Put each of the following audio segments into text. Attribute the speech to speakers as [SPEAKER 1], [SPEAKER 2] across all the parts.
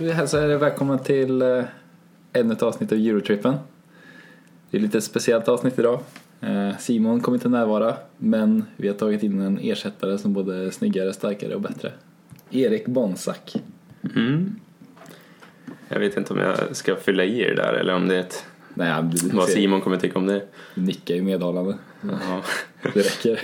[SPEAKER 1] vi hälsar er välkomna till ännu ett avsnitt av Eurotrippen. Det är lite ett speciellt avsnitt idag. Simon kommer inte närvara, men vi har tagit in en ersättare som både är snyggare, starkare och bättre. Erik Bonsack.
[SPEAKER 2] Jag vet inte om jag ska fylla i det där eller om det är ett...
[SPEAKER 1] Nej,
[SPEAKER 2] vad Simon kommer tycka om det.
[SPEAKER 1] Du nickar ju medhållande.
[SPEAKER 2] Ja.
[SPEAKER 1] Det räcker.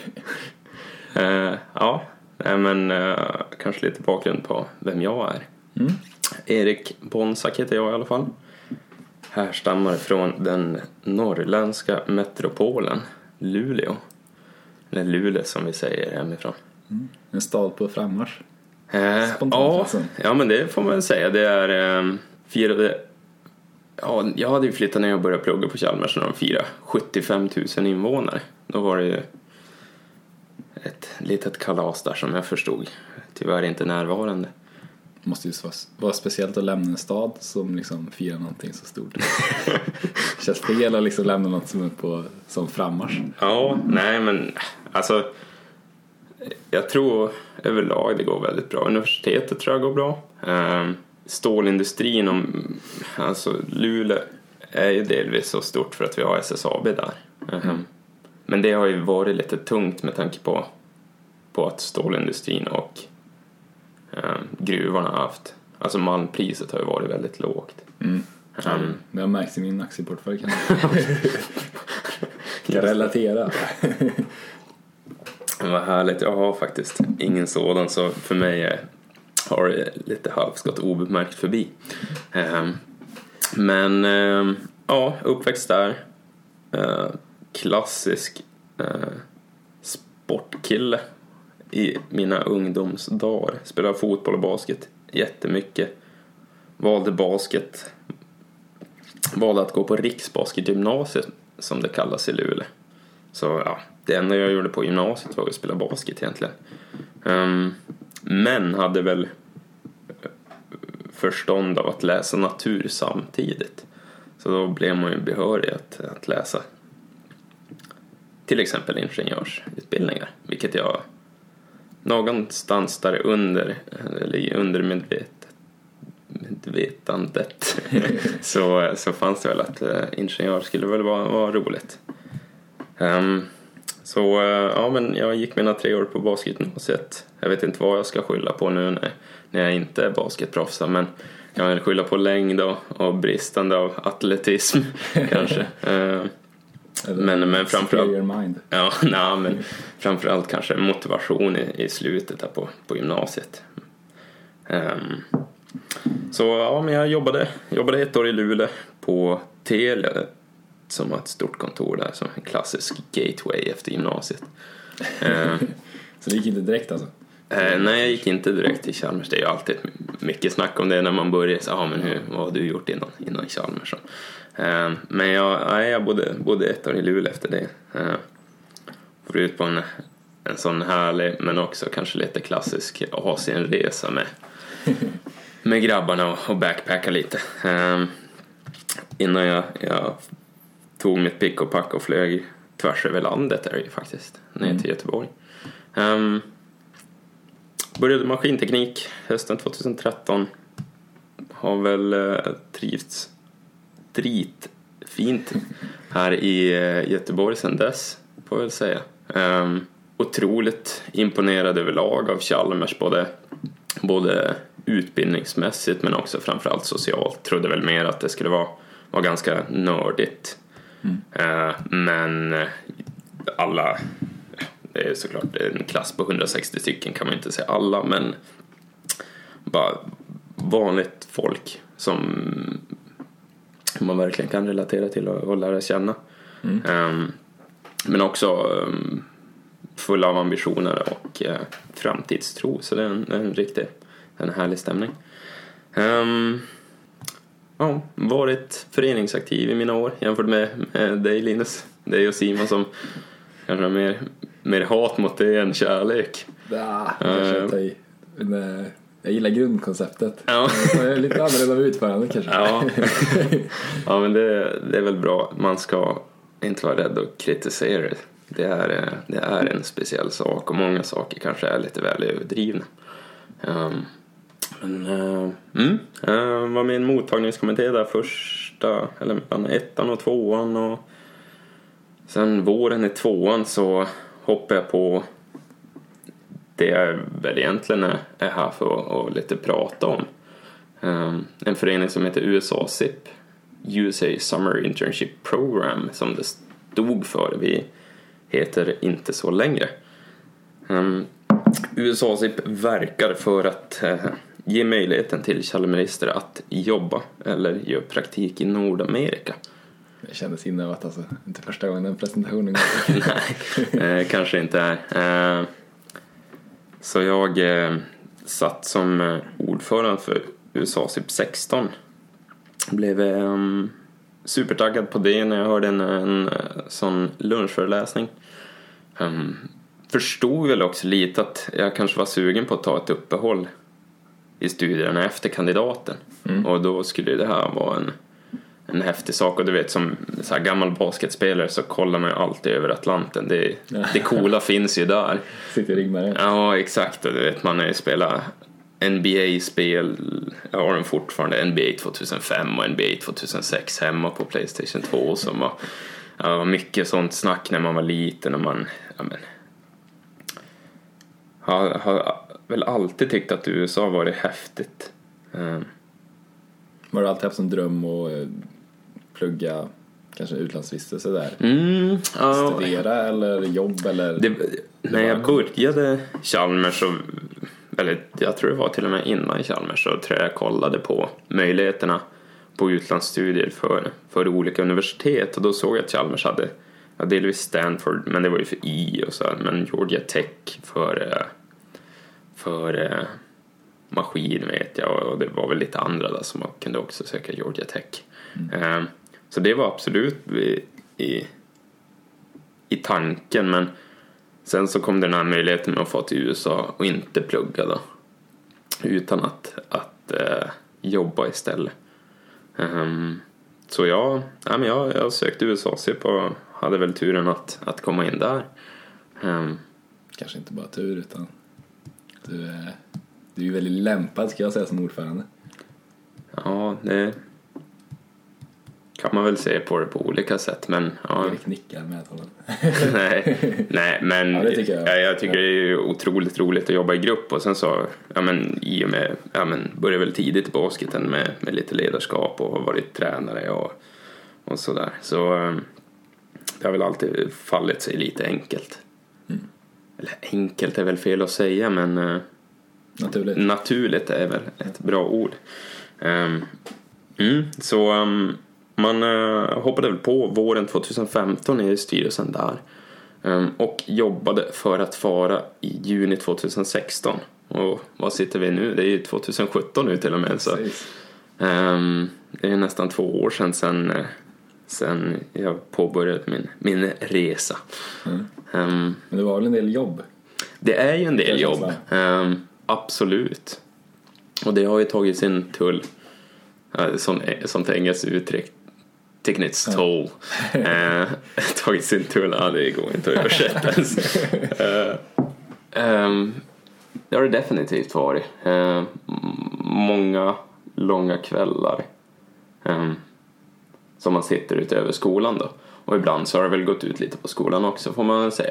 [SPEAKER 2] Men kanske lite bakgrund på vem jag är. Erik Bonsack heter jag i alla fall. Härstammar från den norrländska metropolen Luleå. Eller Luleå som vi säger hemifrån.
[SPEAKER 1] En stad på frammarsch.
[SPEAKER 2] Ja, men det får man säga. Det är firade... Ja, jag hade ju flyttat när jag började plugga på Chalmers när de firade 75 000 invånare. Då var det ju ett litet kalas där som jag förstod. Tyvärr inte närvarande.
[SPEAKER 1] Det måste ju vara speciellt att lämna en stad som liksom firar någonting så stort. Känns fel att liksom lämna något som är på som frammarsch.
[SPEAKER 2] Ja, nej men alltså jag tror överlag det går väldigt bra. Universitetet tror jag går bra. Stålindustrin alltså Luleå är ju delvis så stort för att vi har SSAB där. Men det har ju varit lite tungt med tanke på att stålindustrin och gruvorna har haft, alltså malmpriset har ju varit väldigt lågt.
[SPEAKER 1] Det har märkts i min aktieportfölj kan jag relatera.
[SPEAKER 2] Vad härligt, jag har faktiskt ingen sådan, så för mig har det lite halvskott obemärkt förbi. Men uppväxt där, klassisk sportkille i mina ungdomsdagar. Spelade fotboll och basket jättemycket. Valde att gå på Riksbasketgymnasiet som det kallas i Luleå. Så ja, det enda jag gjorde på gymnasiet var att spela basket egentligen. Men hade väl förstånd av att läsa natur samtidigt. Så då blev man ju behörig att läsa till exempel ingenjörsutbildningar, vilket jag någonstans där under medvetandet så fanns det väl att ingenjör skulle väl vara roligt. Men jag gick mina 3 år på basketgymnasiet. Jag vet inte vad jag ska skylla på nu när jag inte är basketproffs, men jag vill skylla på längd och bristande av atletism kanske. Men framförallt men framförallt kanske motivation i slutet där på gymnasiet. Men jag jobbade 1 år i Luleå på Telia som har ett stort kontor där, som en klassisk gateway efter gymnasiet.
[SPEAKER 1] Så det gick inte direkt alltså?
[SPEAKER 2] Nej, jag gick inte direkt till Chalmers. Det är ju alltid mycket snack om det när man börjar. Vad har du gjort innan Chalmers? Men jag bodde 1 år i Luleå efter det. Får ut på en sån härlig, men också kanske lite klassisk Asienresa med grabbarna och backpacka lite. Innan jag tog mitt pick och pack och flög tvärs över landet är det ju faktiskt, ner till Göteborg. Började maskinteknik hösten 2013. Har väl trivts fint här i Göteborg sedan dess, får jag väl säga. Otroligt imponerad överlag av Chalmers, både utbildningsmässigt men också framförallt socialt. Trodde väl mer att det skulle vara ganska nördigt. Men alla, det är såklart en klass på 160 stycken, kan man inte säga alla, men bara vanligt folk som man verkligen kan relatera till och lära känna. Men också full av ambitioner och framtidstro, så det är en härlig stämning. Varit föreningsaktiv i mina år jämfört med dig, Linus, dig och Simon, som kanske har mer hat mot det än kärlek.
[SPEAKER 1] Jag gillar grundkonceptet.
[SPEAKER 2] Ja.
[SPEAKER 1] Jag är lite annorlunda med utförande kanske.
[SPEAKER 2] Ja, men det är väl bra. Man ska inte vara rädd att kritisera. Det är en speciell sak, och många saker kanske är lite väl överdrivna. Men, var med i en mottagningskommitté där första, eller mellan 1:an och 2:an, och sen våren i 2:an så hoppade jag på det jag väl egentligen är här för att lite prata om. En förening som heter USA-SIP, USA Summer Internship Program, som det stod för. Vi heter inte så längre. USA-SIP verkar för att ge möjligheten till chalmerister att jobba eller göra praktik i Nordamerika.
[SPEAKER 1] Det kändes inövat alltså, inte första gången den presentationen.
[SPEAKER 2] Nej, kanske inte är. Så jag satt som ordförande för USA-SIP 16. Blev supertaggad på det när jag hörde en sån lunchföreläsning. Förstod väl också lite att jag kanske var sugen på att ta ett uppehåll i studierna efter kandidaten. Och då skulle det här vara en häftig sak. Och du vet, som så här gammal basketspelare så kollar man ju alltid över Atlanten. Det coola finns ju där.
[SPEAKER 1] Sitter i ryggmärgen.
[SPEAKER 2] Ja, exakt. Och du vet, man har ju spelat NBA-spel. Jag har den fortfarande, NBA 2005 och NBA 2006 hemma på PlayStation 2. Som var mycket sånt snack när man var liten. Och man har väl alltid tyckt att USA var det häftigt.
[SPEAKER 1] Har du alltid haft som dröm att plugga kanske utlandsvistelse där? Studera eller jobb eller?
[SPEAKER 2] När jag började Chalmers, eller jag tror det var till och med innan Chalmers, så tror jag kollade på möjligheterna på utlandsstudier för olika universitet, och då såg jag att Chalmers hade delvis Stanford, men det var ju för och så, men Georgia Tech för maskin vet jag, och det var väl lite andra där som man kunde också söka Georgia Tech. Så det var absolut i tanken, men sen så kom den här möjligheten med att få till USA och inte plugga då, utan att jobba istället. Så jag sökte USA-SIP och hade väl turen att komma in där.
[SPEAKER 1] Kanske inte bara tur, utan du är ju väldigt lämpad, ska jag säga, som ordförande.
[SPEAKER 2] Ja, det kan man väl se på det på olika sätt, men ja.
[SPEAKER 1] Erik nickar med honom.
[SPEAKER 2] nej, men ja, jag tycker det är otroligt roligt att jobba i grupp, och sen så i och med började väl tidigt i basketen med lite ledarskap och varit tränare och sådär, så det har väl alltid fallit sig lite enkelt. Eller enkelt är väl fel att säga, men naturligt är väl ett bra ord. Så man hoppade väl på våren 2015 i styrelsen där, och jobbade för att fara i juni 2016. Och vad sitter vi nu? Det är ju 2017 nu till och med, så det är nästan 2 år sen jag påbörjade min resa.
[SPEAKER 1] Men det var väl en del jobb?
[SPEAKER 2] Det är ju en del jobb, absolut. Och det har ju tagit sin tull, sånt engelskt uttryck, taken its toll. Tagit sin tull, det går inte att översätta ens. Det har det definitivt varit. Många långa kvällar som man sitter utöver skolan då. Och ibland så har det väl gått ut lite på skolan också, får man väl säga.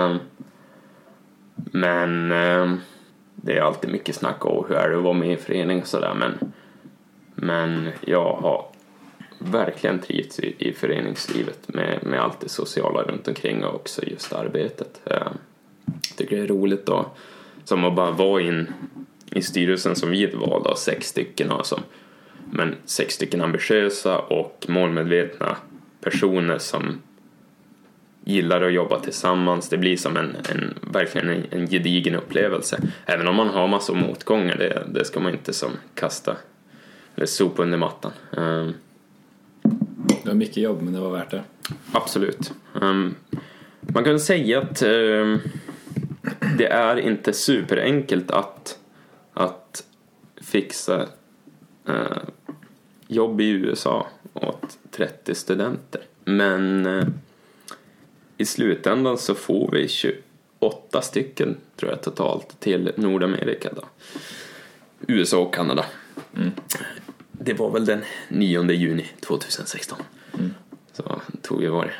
[SPEAKER 2] Men det är alltid mycket snack om hur är det att vara med i förening och sådär. Men jag har verkligen trivts i föreningslivet med allt det sociala runt omkring, och också just arbetet. Jag tycker det är roligt då, som att bara vara in i styrelsen som vi valde av 6 stycken, men 6 stycken ambitiösa och målmedvetna personer som gillar att jobba tillsammans. Det blir som verkligen en gedigen upplevelse, även om man har massor motgångar. Det ska man inte som kasta eller sopa under mattan.
[SPEAKER 1] Det var mycket jobb, men det var värt det.
[SPEAKER 2] Absolut. Man kan säga att det är inte superenkelt att fixa jobb i USA åt 30 studenter. Men i slutändan så får vi 28 stycken, tror jag, totalt till Nordamerika då. USA och Kanada. Det var väl den 9 juni 2016. Så tog vi vårt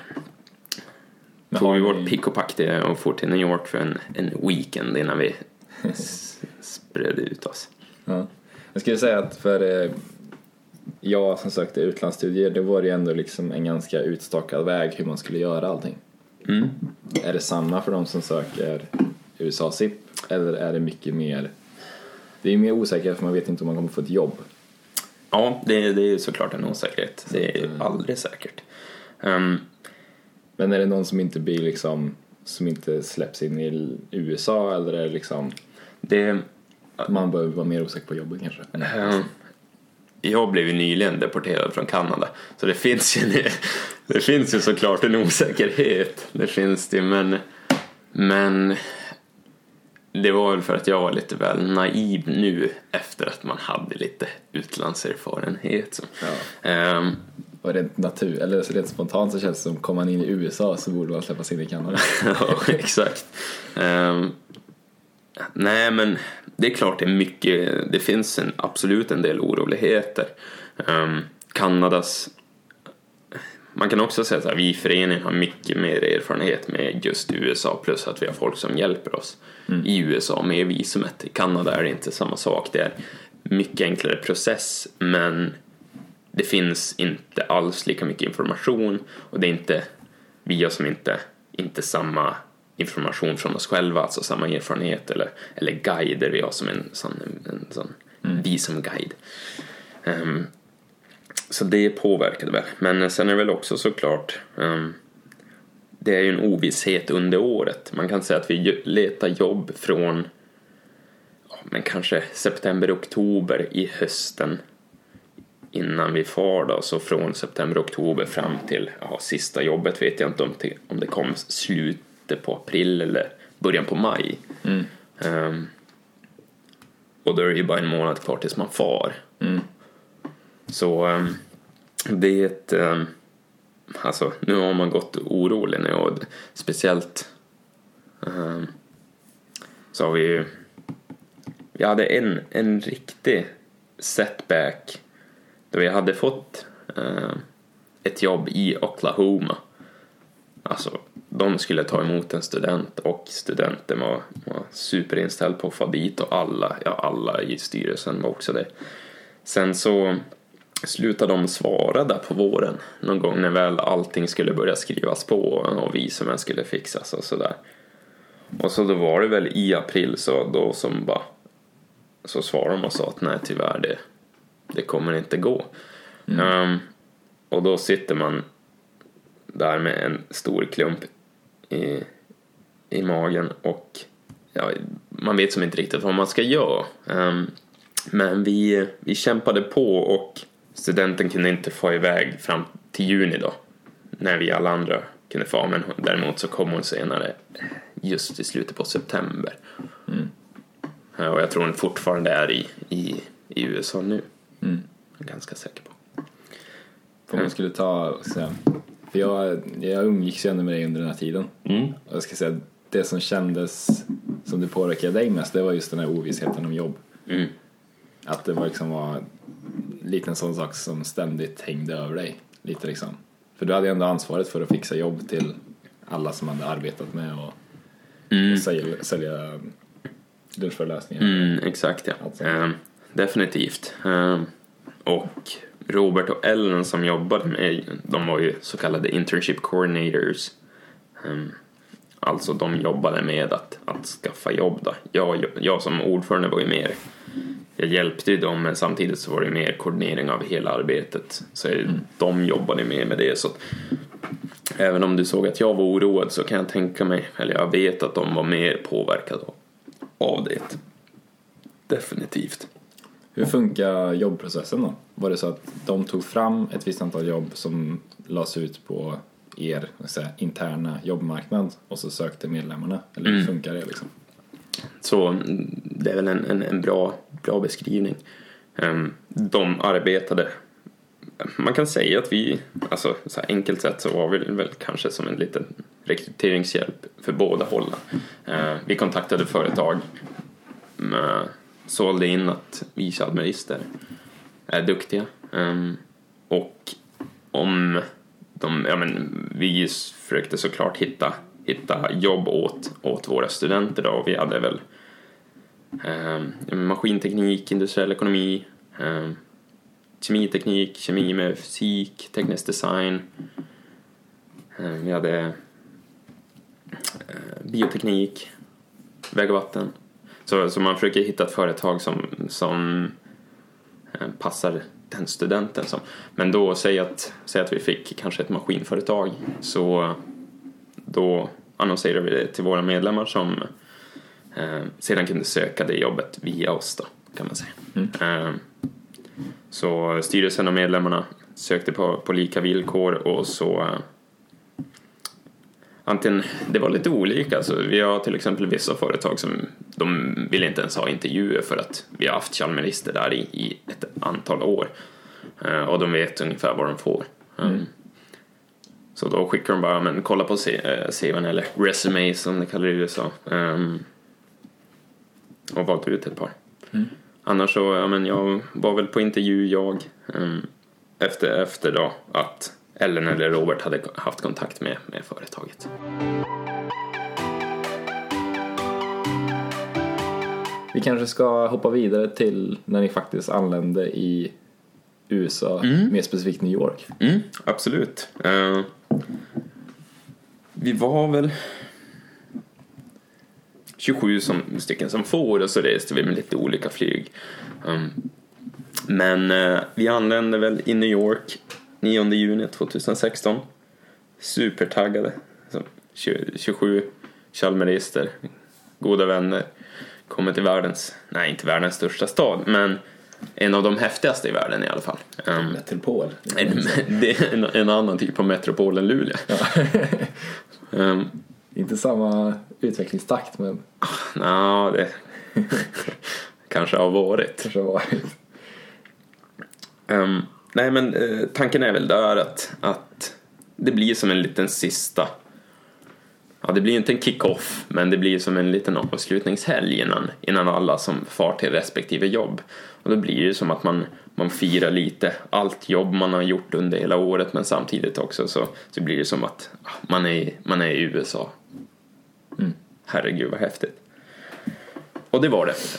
[SPEAKER 2] pick och pack det och for till New York för en weekend innan vi spred ut oss.
[SPEAKER 1] Ja. Jag skulle säga att för jag som sökte utlandsstudier, det var ju ändå liksom en ganska utstakad väg hur man skulle göra allting. Är det samma för de som söker USA-SIP, eller är det mycket mer, det är mer osäkert för man vet inte om man kommer få ett jobb?
[SPEAKER 2] Ja, det är såklart en osäkerhet. Det är aldrig säkert.
[SPEAKER 1] Men är det någon som inte blir liksom, som inte släpps in i USA, eller är det liksom man behöver vara mer osäker på jobbet kanske?
[SPEAKER 2] Jag blev ju nyligen deporterad från Kanada, så det finns ju såklart en osäkerhet. Det finns det, men det var väl för att jag var lite väl naiv nu efter att man hade lite utlandserfarenhet.
[SPEAKER 1] Och rent spontant så känns det som, kommer man in i USA så borde man släppas in i Kanada.
[SPEAKER 2] Ja, exakt. Nej, men det är klart det är mycket, det finns absolut en del oroligheter. Kanadas, man kan också säga att vi i föreningen har mycket mer erfarenhet med just USA, plus att vi har folk som hjälper oss i USA med visumet. I Kanada är det inte samma sak, det är mycket enklare process, men det finns inte alls lika mycket information, och det är inte, vi har som inte samma information från oss själva, alltså samma erfarenhet eller guider vi har som en sån visumguide. Så det påverkade väl. Men sen är det väl också såklart, det är ju en ovisshet under året. Man kan säga att vi letar jobb från men kanske september, oktober i hösten innan vi far då. Så från september, oktober fram till sista jobbet vet jag inte om det kom slutet på april eller början på maj. Och då är det ju bara en månad kvar tills man far. Så det är ett alltså nu har man gått orolig nu, och speciellt så har vi hade en riktig setback då vi hade fått ett jobb i Oklahoma. Alltså de skulle ta emot en student, och studenten var superinställd på att få dit, och alla i styrelsen var också det. Sen så slutade de svara där på våren någon gång när väl allting skulle börja skrivas på och visumen skulle fixas och sådär. Och så då var det väl i april så svarade de och sa att nej, tyvärr det kommer inte gå. Och då sitter man där med en stor klump i magen, och man vet som inte riktigt vad man ska göra. Men vi kämpade på, och studenten kunde inte få iväg fram till juni då, när vi alla andra kunde få, men däremot så kom hon senare just i slutet på september. Och jag tror hon fortfarande är i USA nu. Jag är ganska säker på.
[SPEAKER 1] Om man skulle ta, för jag umgicks ju ändå med dig under den här tiden. Och jag ska säga, det som kändes som det påverkade dig mest, det var just den här ovissheten om jobb. Att det var lite en sån sak som ständigt hängde över dig lite liksom. För du hade ändå ansvaret för att fixa jobb till alla som hade arbetat med och sälja lunchföreläsningar.
[SPEAKER 2] Exakt, ja. Definitivt. Och Robert och Ellen som jobbade med, de var ju så kallade internship coordinators. Alltså de jobbade med att skaffa jobb då. Jag som ordförande var ju mer, jag hjälpte ju dem, men samtidigt så var det mer koordinering av hela arbetet. Så de jobbade mer med det. Så att, även om du såg att jag var oroad, så kan jag tänka mig, eller jag vet att de var mer påverkade av det. Definitivt.
[SPEAKER 1] Hur funkar jobbprocessen då? Var det så att de tog fram ett visst antal jobb som lades ut på er interna jobbmarknad, och så sökte medlemmarna? Eller hur funkar det liksom?
[SPEAKER 2] Så det är väl en bra beskrivning. De arbetade, man kan säga att vi, alltså så här enkelt sett så var vi väl kanske som en liten rekryteringshjälp för båda hållen. Vi kontaktade företag sålde in att vi chalmerister är duktiga. Och om vi försökte såklart hitta jobb åt våra studenter då. Vi hade väl maskinteknik, industriell ekonomi, kemiteknik, kemi med fysik, teknisk design. Vi hade bioteknik, väg och vatten. Så man försöker hitta ett företag som passar den studenten som. Men då säg att vi fick kanske ett maskinföretag, så då annonserar vi det till våra medlemmar som sedan kunde söka det jobbet via oss då, kan man säga. Så styrelsen och medlemmarna sökte på lika villkor, och så antingen, det var lite olika. Så vi har till exempel vissa företag som de vill inte ens ha intervjuer för att vi har haft chalmerister där i ett antal år, och de vet ungefär vad de får. Så då skickar de bara, men kolla på CV:n eller resume som det kallar i USA, och valt ut ett par. Annars så, jag var väl på intervju efter då att Ellen eller Robert hade haft kontakt med företaget.
[SPEAKER 1] Vi kanske ska hoppa vidare till när ni faktiskt anlände i USA, mer specifikt New York.
[SPEAKER 2] Absolut. Vi var väl 27 stycken som får, och så reste vi med lite olika flyg. Men vi anlände väl i New York 9 juni 2016. Supertaggade. 27 chalmerister, goda vänner. Kommer till inte världens största stad, men en av de häftigaste i världen i alla fall.
[SPEAKER 1] Metropol.
[SPEAKER 2] Det är en annan typ av metropol än Luleå.
[SPEAKER 1] Ja. Inte samma utvecklingstakt, men
[SPEAKER 2] det kanske har varit. Nej, men tanken är väl där att det blir som en liten sista. Ja, det blir inte en kick-off, men det blir som en liten avslutningshelg innan alla som far till respektive jobb. Och då blir det som att man firar lite allt jobb man har gjort under hela året, men samtidigt också så blir det som att man är i USA. Herregud vad häftigt. Och det var det.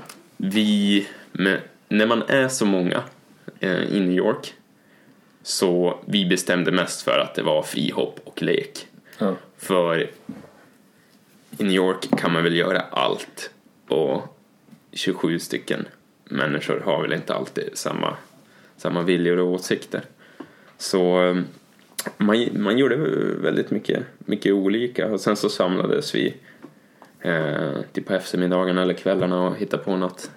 [SPEAKER 2] När man är så många i New York, så vi bestämde mest för att det var frihopp och lek. För i New York kan man väl göra allt, och 27 stycken människor har väl inte alltid samma viljor och åsikter. Så man gjorde väldigt mycket olika, och sen så samlades vi typ på eftermiddagarna eller kvällarna och hittade på något.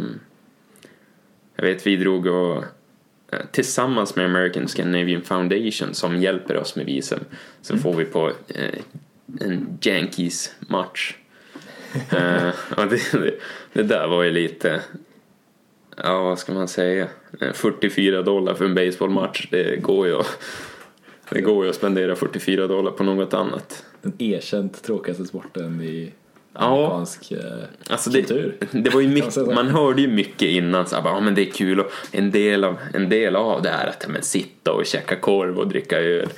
[SPEAKER 2] Jag vet, vi drog och tillsammans med American Scandinavian Foundation, som hjälper oss med visum, så får vi på en Yankees match. Och det där var ju lite, vad ska man säga, $44 för en baseballmatch. Det går ju att spendera $44 på något annat.
[SPEAKER 1] Den erkänt tråkigaste sporten i amerikansk kultur.
[SPEAKER 2] Det var ju mycket, man hörde ju mycket innan så bara, men det är kul, och en del av det är att sitta och käka korv och dricka öl.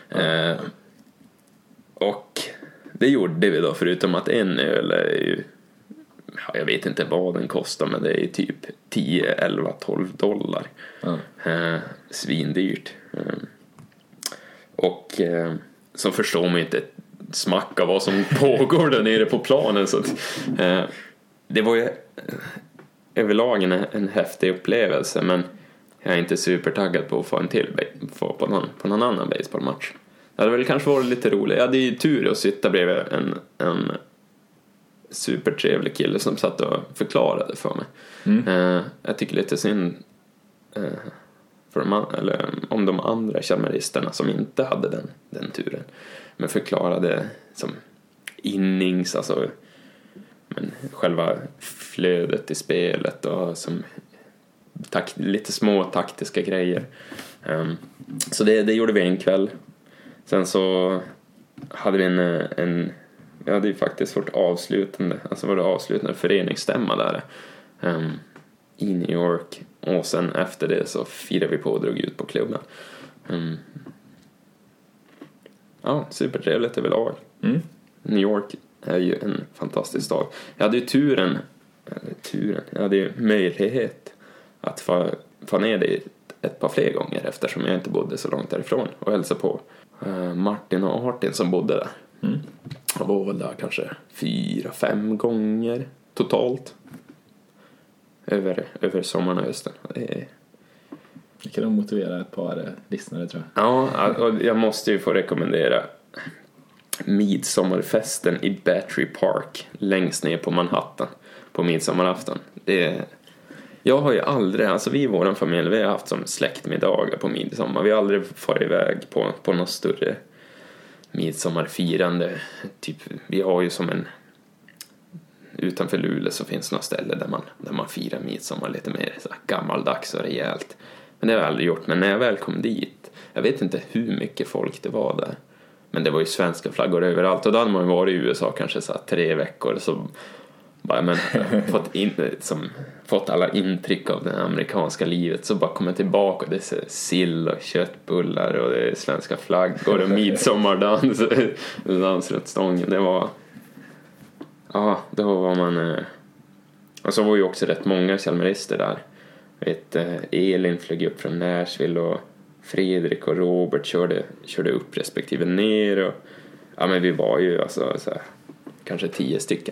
[SPEAKER 2] Och det gjorde vi då, förutom att en öl är ju, jag vet inte vad den kostar, men det är typ 10, 11, $12. Svindyrt. Och så förstår man inte smacka vad som pågår där nere på planen, så att, det var ju överlag en häftig upplevelse, men jag är inte supertaggad på att få på någon annan baseballmatch. Det hade väl kanske varit lite roligt. Jag hade ju tur att sitta bredvid en supertrevlig kille som satt och förklarade för mig. Jag tycker lite synd om de andra chalmeristerna som inte hade den turen, men förklarade som innings, alltså, men själva flödet i spelet och som lite små taktiska grejer. Så det gjorde vi en kväll. Sen så hade vi vi hade ju faktiskt vårt avslutande föreningsstämma där i New York. Och sen efter det så firade vi på och drog ut på klubben. Ja, supertrevligt överlag. New York är ju en fantastisk stad. Jag hade ju jag hade ju möjlighet att få ner dit ett par fler gånger eftersom jag inte bodde så långt därifrån och hälsa på Martin och Artin som bodde där. Jag var väl där kanske 4-5 gånger totalt över sommaren och hösten.
[SPEAKER 1] Det kan nog motivera ett par lyssnare, tror jag.
[SPEAKER 2] Ja, och jag måste ju få rekommendera midsommarfesten i Battery Park längst ner på Manhattan på midsommarafton. Jag har ju aldrig, alltså vi i våran familj, vi har haft som släktmiddagar på midsommar. Vi har aldrig farit iväg på något större midsommarfirande. Typ, vi har ju som utanför Luleå så finns några ställen där man firar midsommar lite mer så gammaldags och rejält. Men det har jag aldrig gjort. Men när jag väl kom dit, jag vet inte hur mycket folk det var där. Men det var ju svenska flaggor överallt. Och då hade man ju varit i USA kanske så 3 veckor. Så bara, fått alla intryck av det amerikanska livet. Så bara kommer tillbaka och det är sill och köttbullar och det är svenska flaggor och midsommardans dans runt stången. Det var... Ja, då var man... Och så var ju också rätt många chalmerister där. Elin flög upp från Nashville och Fredrik och Robert körde upp respektive ner. Och, ja, men vi var ju alltså så här, kanske 10 stycken.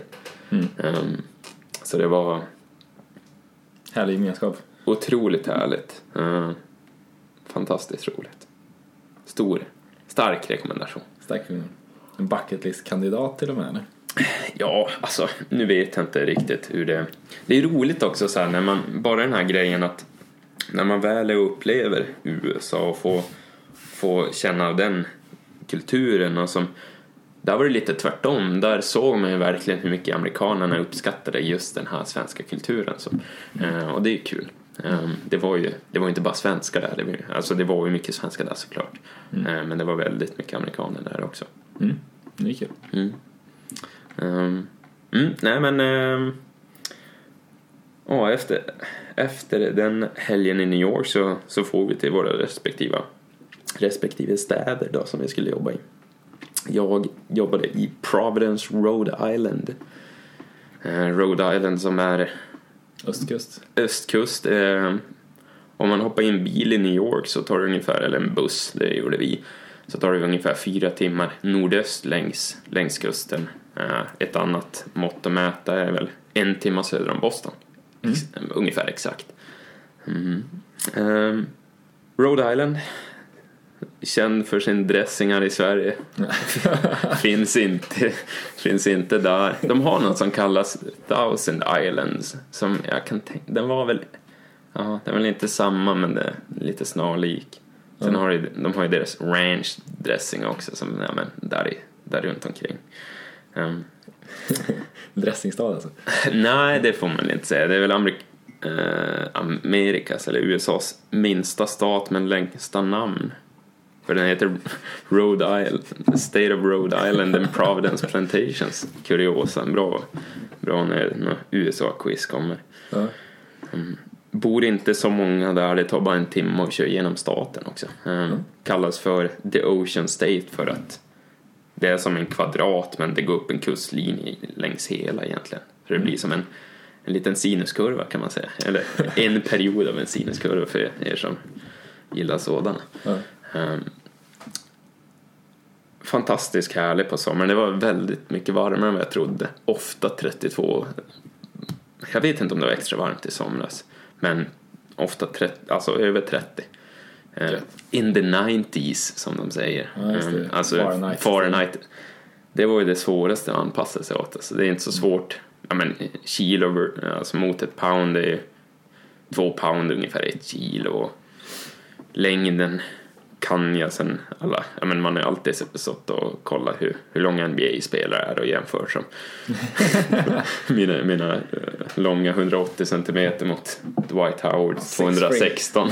[SPEAKER 2] Så det var...
[SPEAKER 1] Härlig gemenskap.
[SPEAKER 2] Otroligt härligt. Fantastiskt roligt. Stark rekommendation.
[SPEAKER 1] En bucketlist-kandidat till och med, eller?
[SPEAKER 2] Ja, alltså nu vet jag inte riktigt hur det... Det är roligt också så här, när man... Bara den här grejen att när man väl upplever USA och får känna den kulturen och som... Där var det lite tvärtom. Där såg man ju verkligen hur mycket amerikanerna uppskattade just den här svenska kulturen. Så. Och det är kul. Det var inte bara svenskar där. Det var ju mycket svenskar där såklart. Men det var väldigt mycket amerikaner där också.
[SPEAKER 1] Det är kul.
[SPEAKER 2] Nej men efter den helgen i New York så får vi till våra respektive städer då som vi skulle jobba i. Jag jobbade i Providence, Rhode Island. Rhode Island som är östkust. Om man hoppar i en bil i New York så tar det ungefär, eller en buss, det gjorde vi, så tar det ungefär 4 timmar nordöst längs kusten. Ett annat mått att mäta är väl 1 timme söder om Boston. Ungefär exakt. Rhode Island, känd för sin dressingar i Sverige. finns inte där. De har något som kallas Thousand Islands som jag kan tänka, den var väl inte samma, men det är lite snarlik. Sen de har ju deras ranch dressing också som där runt omkring.
[SPEAKER 1] Dressingstad alltså?
[SPEAKER 2] Nej, det får man inte säga. Det är väl Amerikas eller USAs minsta stat men längsta namn. För den heter Rhode Island, State of Rhode Island and Providence Plantations. Kuriosa, bra när USA-quiz kommer.
[SPEAKER 1] Ja.
[SPEAKER 2] Bor inte så många där, det tar bara 1 timme att köra genom staten också. Kallas för The Ocean State för att det är som en kvadrat men det går upp en kustlinje längs hela egentligen. Så det blir som en liten sinuskurva kan man säga. Eller en period av en sinuskurva för er som gillar sådana.
[SPEAKER 1] Ja.
[SPEAKER 2] Fantastiskt härligt på sommaren. Det var väldigt mycket varmare än vad jag trodde. Ofta 32. Jag vet inte om det var extra varmt i somras. Men ofta 30, alltså över 30. In the 90s som de säger.
[SPEAKER 1] Ja,
[SPEAKER 2] alltså Fahrenheit. Det var ju det svåraste att anpassa sig åt. Alltså, det är inte så svårt. Ja, men kilo alltså mot 1 pound, det är 2 pound ungefär 1 kilo. Längden kan jag sen alla, ja, men man har alltid sett och kolla hur långa NBA-spelare är och jämför som mina långa 180 centimeter mot Dwight Howard 216.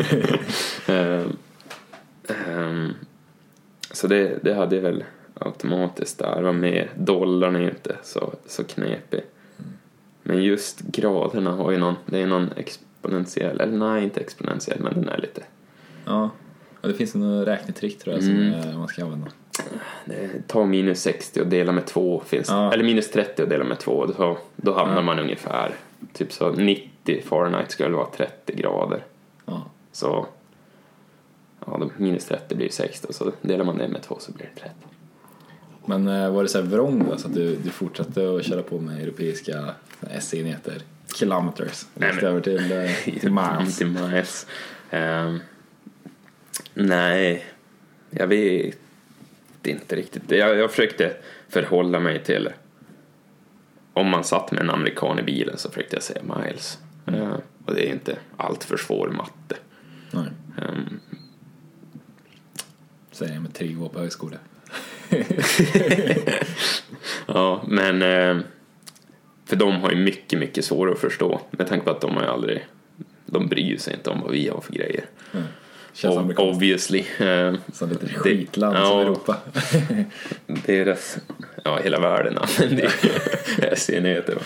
[SPEAKER 2] Så det hade jag väl automatiskt där. Var med, dollarn är inte så knepig. Men just graderna har ju det är någon exponentiell, eller nej, inte exponentiell, men den är lite.
[SPEAKER 1] Ja, och det finns en räknetrick tror jag som man ska använda.
[SPEAKER 2] Ta minus 60 och dela med 2 finns, eller minus 30 och dela med 2, då hamnar man ungefär typ så 90 Fahrenheit skulle vara 30 grader.
[SPEAKER 1] Ja.
[SPEAKER 2] Så då minus 30 blir 60 och så delar man det med 2 så blir det 30.
[SPEAKER 1] Men var det så här vrång då, så att du fortsatte att köra på med europeiska SE-enheter, kilometers, över till miles?
[SPEAKER 2] Till miles. Nej, jag vet inte riktigt. Jag försökte förhålla mig till, om man satt med en amerikan i bilen så försökte jag säga miles. Och det är inte allt för svår matte.
[SPEAKER 1] Nej. Säger jag med 3 år på högskola.
[SPEAKER 2] Ja, men för de har ju mycket, mycket svårare att förstå. Med tanke på att de bryr sig inte om vad vi har för grejer. Obviously.
[SPEAKER 1] Som lite skitland som Europa.
[SPEAKER 2] Deras, hela världen använder SE-enheter.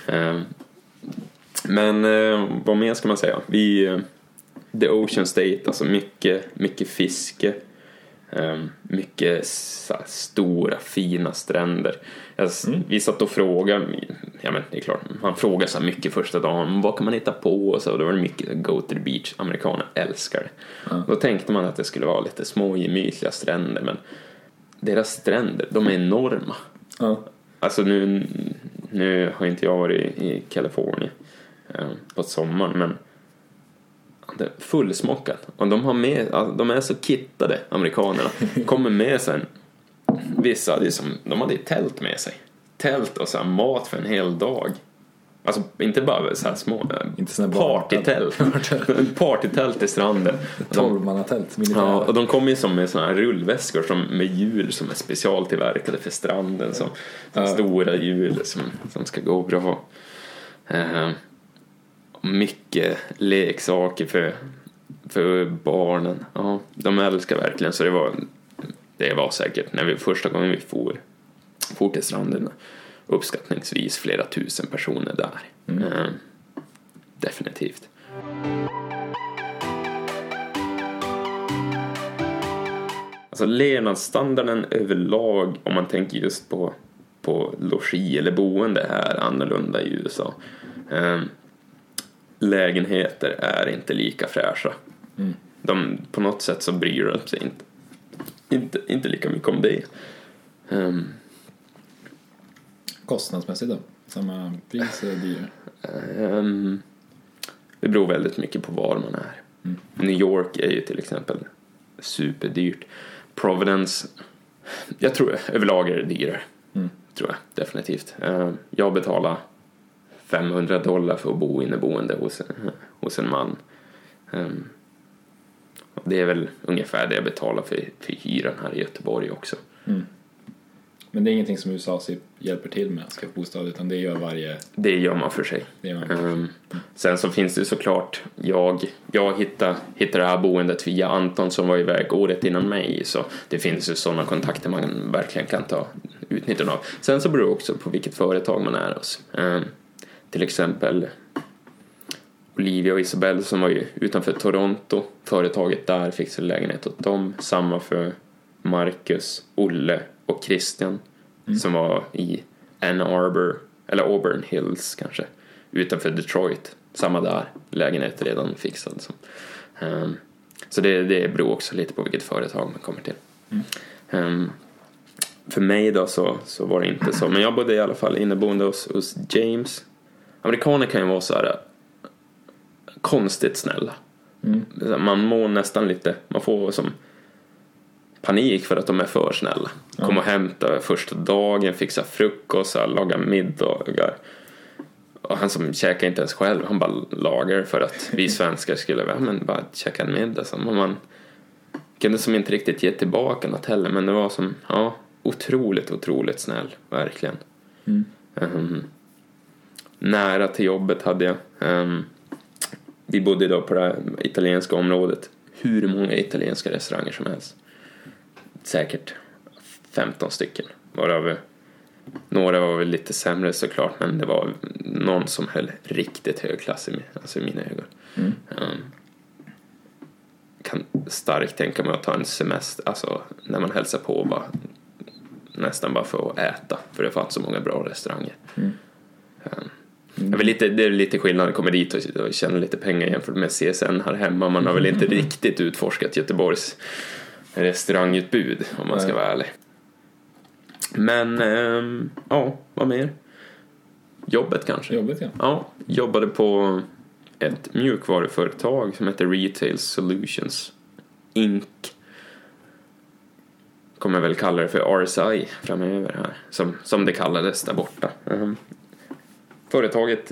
[SPEAKER 2] Men vad mer ska man säga? The Ocean State, alltså mycket fiske. Mycket stora fina stränder. Vi satt och frågade, men det är klart, man frågar så mycket första dagen, vad kan man hitta på, och så då var det mycket go to the beach, amerikaner älskar det. Då tänkte man att det skulle vara lite små gemytliga stränder, men deras stränder, de är enorma. Alltså nu har inte jag varit i Kalifornien på sommaren, men det är fullsmockat. Och de är så kittade, amerikanerna. Kommer med sen. Vissa, de hade tält med sig. Tält och så här mat för en hel dag. Alltså inte bara så här små partytält. Partytält i stranden.
[SPEAKER 1] 12-mannatält.
[SPEAKER 2] Ja, och de kommer ju som med såna här rullväskor med hjul som är specialtillverkade för stranden, som stora hjul som ska gå bra. Mycket leksaker för barnen. Ja, de älskar verkligen, så det var säkert när första gången vi for till stranden, uppskattningsvis flera tusen personer där. Definitivt. Alltså levnadsstandarden överlag, om man tänker just på logi eller boende, här annorlunda i USA. Lägenheter är inte lika fräscha. På något sätt så bryr de sig inte lika mycket om det.
[SPEAKER 1] Kostnadsmässigt då? Samma pris eller dyrare?
[SPEAKER 2] Det beror väldigt mycket på var man är. New York är ju till exempel superdyrt. Providence, jag tror överlag är det dyrare. Tror jag, definitivt. Jag betalar $500 för att bo inneboende hos en man. Det är väl ungefär det jag betalar för hyran här i Göteborg också.
[SPEAKER 1] Men det är ingenting som USA hjälper till med att skaffa bostad, utan det gör
[SPEAKER 2] man för sig. Sen så finns det såklart, jag hittade det här boendet via Anton som var iväg året innan mig, så det finns ju sådana kontakter man verkligen kan ta utnyttjande av. Sen så beror det också på vilket företag man är hos. Till exempel Olivia och Isabelle som var ju utanför Toronto. Företaget där fixade lägenhet åt dem. Samma för Marcus, Olle och Christian som var i Ann Arbor eller Auburn Hills kanske, utanför Detroit. Samma där, lägenhet redan fixad. Så det beror också lite på vilket företag man kommer till. För mig då så var det inte så. Men jag bodde i alla fall inneboende hos James. Amerikaner kan ju vara så här konstigt snälla. Man mår nästan lite, man får som panik för att de är för snälla. Kom och hämta första dagen, fixa frukost, laga middagar. Och han som käkar inte ens själv, han bara lagar för att vi svenskar skulle bara käka en middag. Så man kunde som inte riktigt ge tillbaka något heller, men det var som otroligt snäll, verkligen. Nära till jobbet hade jag. Vi bodde då på det här italienska området. Hur många italienska restauranger som helst. Säkert 15 stycken. Varav Några var väl lite sämre såklart, men det var någon som höll riktigt hög klass i mina ögon. Kan starkt tänka mig att ta en semester, alltså när man hälsar på nästan bara för att äta, för det fanns så många bra restauranger. Det är lite skillnad att komma dit och tjäna lite pengar jämfört med CSN här hemma. Man har väl inte riktigt utforskat Göteborgs restaurangutbud, om man ska vara ärlig. Men vad mer? Jobbet kanske. Ja, jobbade på ett mjukvaruföretag som heter Retail Solutions Inc. Kommer jag väl kalla det för RSI framöver här, som det kallades där borta. Företaget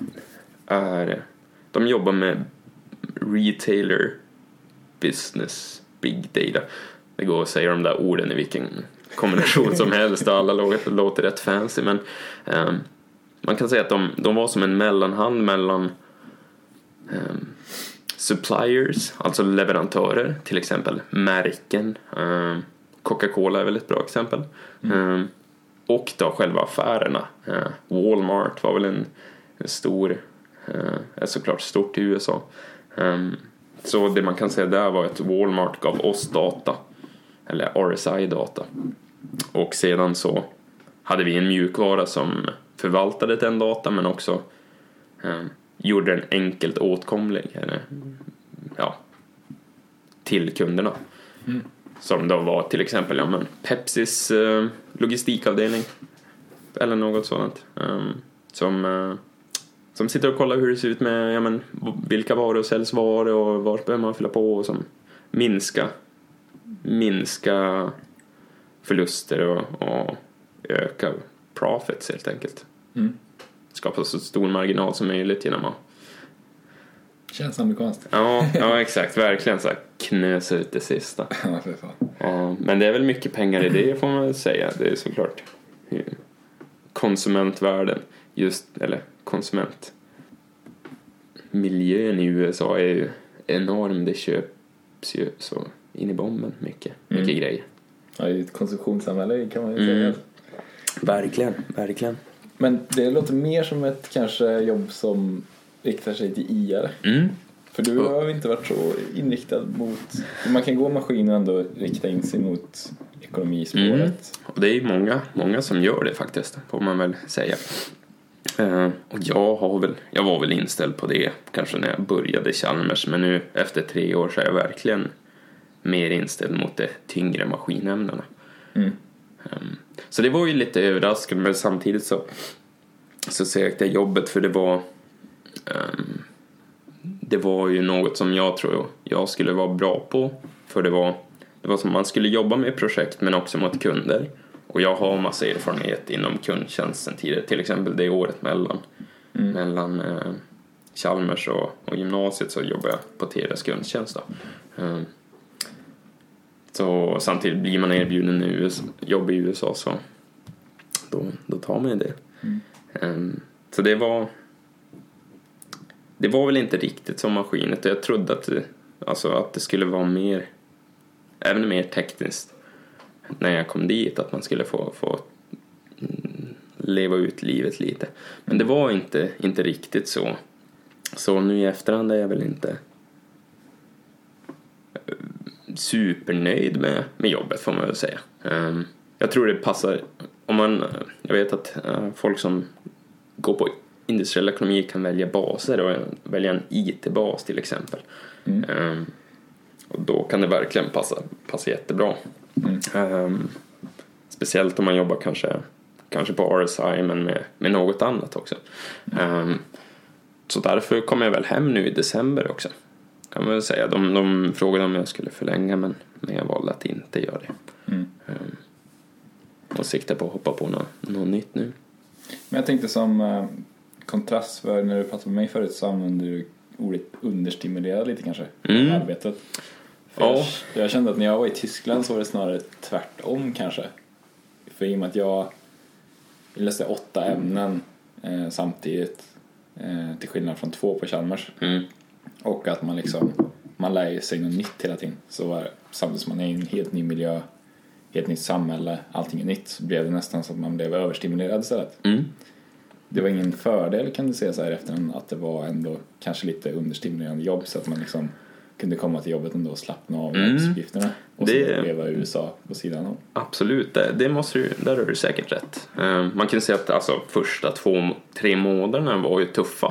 [SPEAKER 2] de jobbar med retailer business big data. Det går att säga de där orden i vilken kombination som helst, alla låter rätt fancy, men man kan säga att de var som en mellanhand mellan suppliers, alltså leverantörer, till exempel märken, Coca-Cola är väl ett bra exempel, och då själva affärerna. Walmart var väl en stor, är såklart stort i USA. Så det man kan säga där var att Walmart gav oss data, eller RSI-data, och sedan så hade vi en mjukvara som förvaltade den data, men också gjorde den enkelt åtkomlig till kunderna. Som då var till exempel Pepsis logistikavdelning eller något sådant, som sitter och kollar hur det ser ut med vilka varor säljs var och var behöver man fylla på, och som minska förluster och öka profits helt enkelt. Skapa så stor marginal som möjligt genom att
[SPEAKER 1] känns amerikanskt.
[SPEAKER 2] Ja, exakt, verkligen så här knösa ut det sista. Men det är väl mycket pengar i det, får man väl säga. Det är såklart konsumentvärlden eller konsumentmiljön i USA är ju enorm. Det köps ju så in i bomben mycket grejer.
[SPEAKER 1] Ja, det är ett konsumtionssamhälle kan man ju säga.
[SPEAKER 2] Verkligen.
[SPEAKER 1] Men det låter mer som ett kanske jobb som riktar sig till IR. För du har inte varit så inriktad mot... Man kan gå maskin och ändå rikta in sig mot ekonomispåret.
[SPEAKER 2] Och det är många som gör det faktiskt, får man väl säga. Och jag var väl inställd på det kanske när jag började Chalmers, men nu efter 3 år så är jag verkligen mer inställd mot de tyngre maskinämnena. Så det var ju lite överraskande, men samtidigt så sökte jag jobbet för det var ju något som jag tror jag skulle vara bra på, för det var som man skulle jobba med projekt men också mot kunder, och jag har massa erfarenhet inom kundtjänsten tidigare, till exempel det året mellan Chalmers och gymnasiet så jobbade jag på deras kundtjänst då. Så samtidigt blir man erbjuden jobb i USA, så då tar man det. Så det var väl inte riktigt som maskinet. Jag trodde att det skulle vara även mer tekniskt när jag kom dit, att man skulle få leva ut livet lite. Men det var inte riktigt så. Så nu i efterhand är jag väl inte supernöjd med jobbet, får man väl säga. Jag tror det passar jag vet att folk som går på industriell ekonomi kan välja baser och välja en IT-bas till exempel. Och då kan det verkligen passa jättebra. Speciellt om man jobbar kanske på RSI, men med något annat också. Så därför kom jag väl hem nu i december också, kan man väl säga. De frågade om jag skulle förlänga, men jag valde att inte göra det. Och siktar på att hoppa på något nytt nu.
[SPEAKER 1] Men jag tänkte som kontrast, för när du pratade med mig förut så använde du ordet understimulerad lite kanske i arbetet. Jag kände att när jag var i Tyskland så var det snarare tvärtom kanske. För i och med att jag läste 8 ämnen samtidigt, till skillnad från 2 på Chalmers. Och att man lär sig något nytt hela tiden. Så samtidigt som man är i en helt ny miljö, helt nytt samhälle, allting är nytt, så blev det nästan så att man blev överstimulerad istället. Det var ingen fördel, kan du säga så här efterhand, att det var ändå kanske lite understimulerande jobb, så att man liksom kunde komma till jobbet ändå och slappna av arbetsuppgifterna och så leva i USA på sidan om.
[SPEAKER 2] Absolut, det måste du, där har du säkert rätt. Man kan säga att alltså, första 2-3 månaderna var ju tuffa.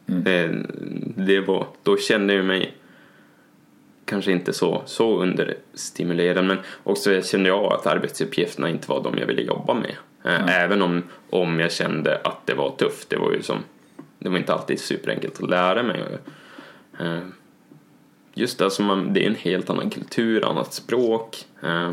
[SPEAKER 2] Då kände jag mig kanske inte så understimulerad, men också kände jag att arbetsuppgifterna inte var de jag ville jobba med. Även om jag kände att det var tufft. Det var inte alltid superenkelt att lära mig. Just det, alltså det är en helt annan kultur, annat språk.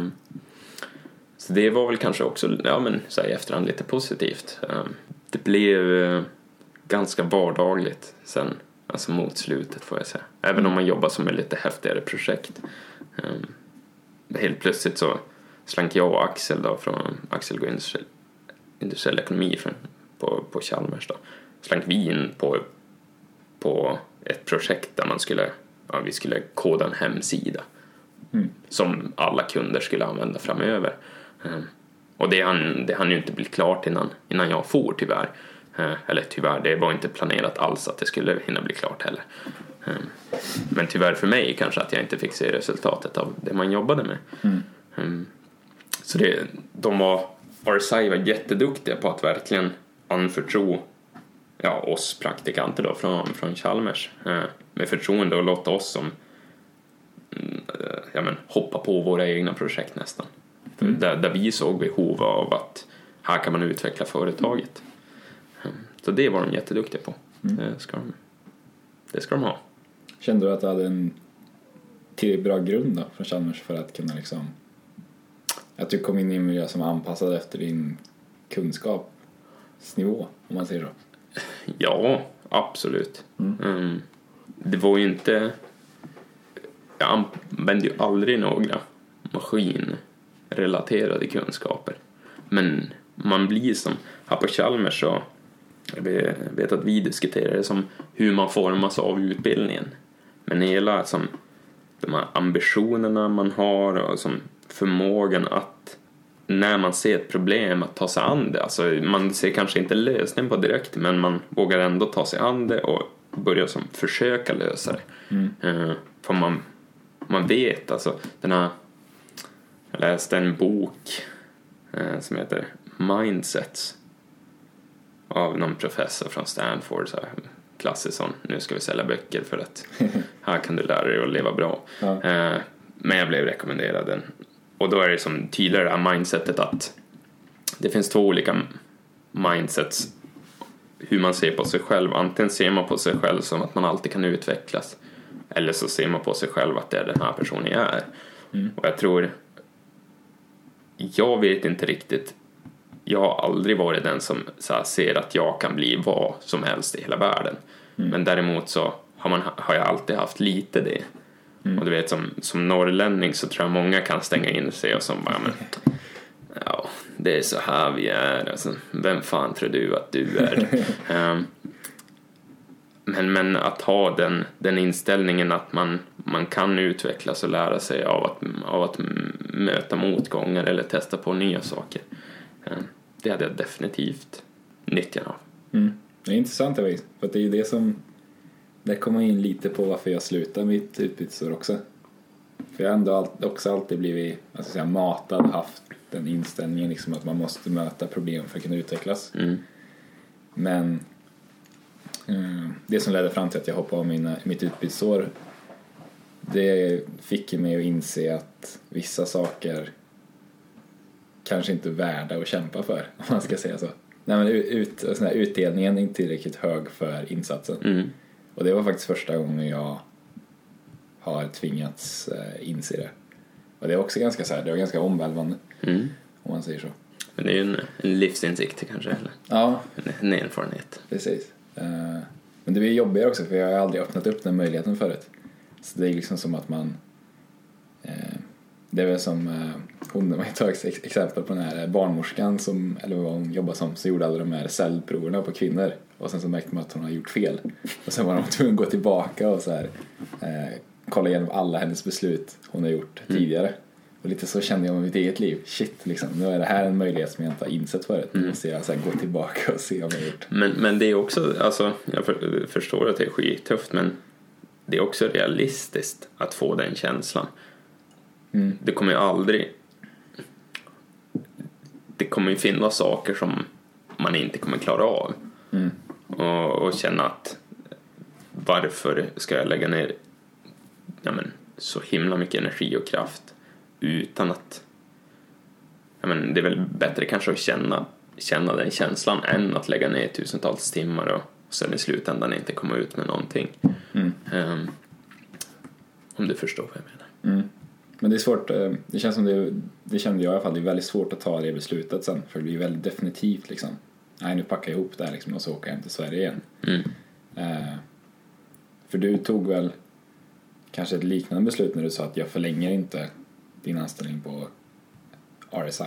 [SPEAKER 2] Så det var väl kanske också, så här i efterhand lite positivt. Det blev ganska vardagligt sen, alltså mot slutet får jag säga. Även om man jobbar som ett lite häftigare projekt. Helt plötsligt så slank jag och Axel då, från Axel går industriell ekonomi på Chalmers då. Slank vi in på ett projekt där vi skulle koda en hemsida som alla kunder skulle använda framöver. Och det hann ju inte bli klart innan jag for, tyvärr. Eller tyvärr, det var inte planerat alls att det skulle hinna bli klart heller. Men tyvärr för mig kanske att jag inte fick se resultatet av det man jobbade med. Så RSI var jätteduktiga på att verkligen anförtro oss praktikanter då från Chalmers med förtroende och låta oss som hoppa på våra egna projekt nästan. Där vi såg behov av att här kan man utveckla företaget. Så det var de jätteduktiga på. Det ska de ha.
[SPEAKER 1] Kände du att du hade en tillräckligt bra grund då från Chalmers för att kunna liksom, att du kom in i en miljö som var anpassad efter din kunskapsnivå, om man säger så?
[SPEAKER 2] Ja, absolut. Det var ju inte, jag använde ju aldrig några maskinrelaterade kunskaper, men man blir som här på Chalmers, så jag vet att vi diskuterar det som hur man formas av utbildningen, men hela som de här ambitionerna man har och som förmågan att när man ser ett problem att ta sig an det, alltså man ser kanske inte lösningen på direkt, men man vågar ändå ta sig an det och börja som försöka lösa det. För man vet, alltså jag läste en bok som heter Mindsets av någon professor från Stanford, så här klassiskt sån, nu ska vi sälja böcker för att här kan du lära dig att leva bra. Men jag blev rekommenderad den. Och då är det som tydligare det här mindsetet att det finns 2 olika mindsets hur man ser på sig själv. Antingen ser man på sig själv som att man alltid kan utvecklas, eller så ser man på sig själv att det är den här personen jag är. Och jag vet inte riktigt, jag har aldrig varit den som så här, ser att jag kan bli vad som helst i hela världen. Men däremot så har jag alltid haft lite det. Och du vet, som norrlänning så tror jag många kan stänga in sig och som bara, det är så här vi är, alltså, vem fan tror du att du är? Men att ha den inställningen att man kan utvecklas och lära sig av att möta motgångar eller testa på nya saker, det hade jag definitivt nyttjan av.
[SPEAKER 1] Det är intressant, för att det är ju det som, där kommer in lite på varför jag slutar mitt utbytesår också. För jag har ändå också alltid blivit, alltså säga, matad, haft den inställningen liksom att man måste möta problem för att kunna utvecklas. Men det som ledde fram till att jag hoppade av mitt utbytesår, det fick mig att inse att vissa saker kanske inte är värda att kämpa för, om man ska säga så. Nej, men utdelningen är inte tillräckligt hög för insatsen. Och det var faktiskt första gången jag har tvingats inse det. Och det är också ganska så här, det var ganska omvälvande, om man säger så.
[SPEAKER 2] Men det är ju en livsinsikt kanske, eller?
[SPEAKER 1] Ja.
[SPEAKER 2] En erfarenhet.
[SPEAKER 1] Precis. Men det blir jobbigare också, för jag har aldrig öppnat upp den möjligheten förut. Så det är liksom som att man... det är väl som... Hon har tagit exempel på den här barnmorskan som, eller vad hon jobbar som, så gjorde alla de här cellproverna på kvinnor. Och sen så märkte man att hon har gjort fel. Och sen var de tvungna att gå tillbaka och så här, kolla igenom alla hennes beslut hon har gjort tidigare. Och lite så kände jag med mitt eget liv. Shit, liksom, nu är det här en möjlighet som jag inte har insett förut. Nu måste jag så här gå tillbaka och se vad jag har gjort.
[SPEAKER 2] Men det är också, alltså, jag förstår att det är skittufft, men det är också realistiskt att få den känslan. Det kommer ju aldrig... Det kommer ju finnas saker som man inte kommer klara av. Och känna att varför ska jag lägga ner så himla mycket energi och kraft utan att... det är väl bättre kanske att känna den känslan än att lägga ner tusentals timmar och sen i slutändan inte komma ut med någonting. Om du förstår vad jag menar.
[SPEAKER 1] Men det är svårt, det känns som det kände jag i alla fall, det är väldigt svårt att ta det beslutet sen, för det blir väldigt definitivt liksom. Nej, nu packar jag ihop det här liksom, och så åker jag hem till Sverige igen. För du tog väl kanske ett liknande beslut när du sa att jag förlänger inte din anställning på RSI,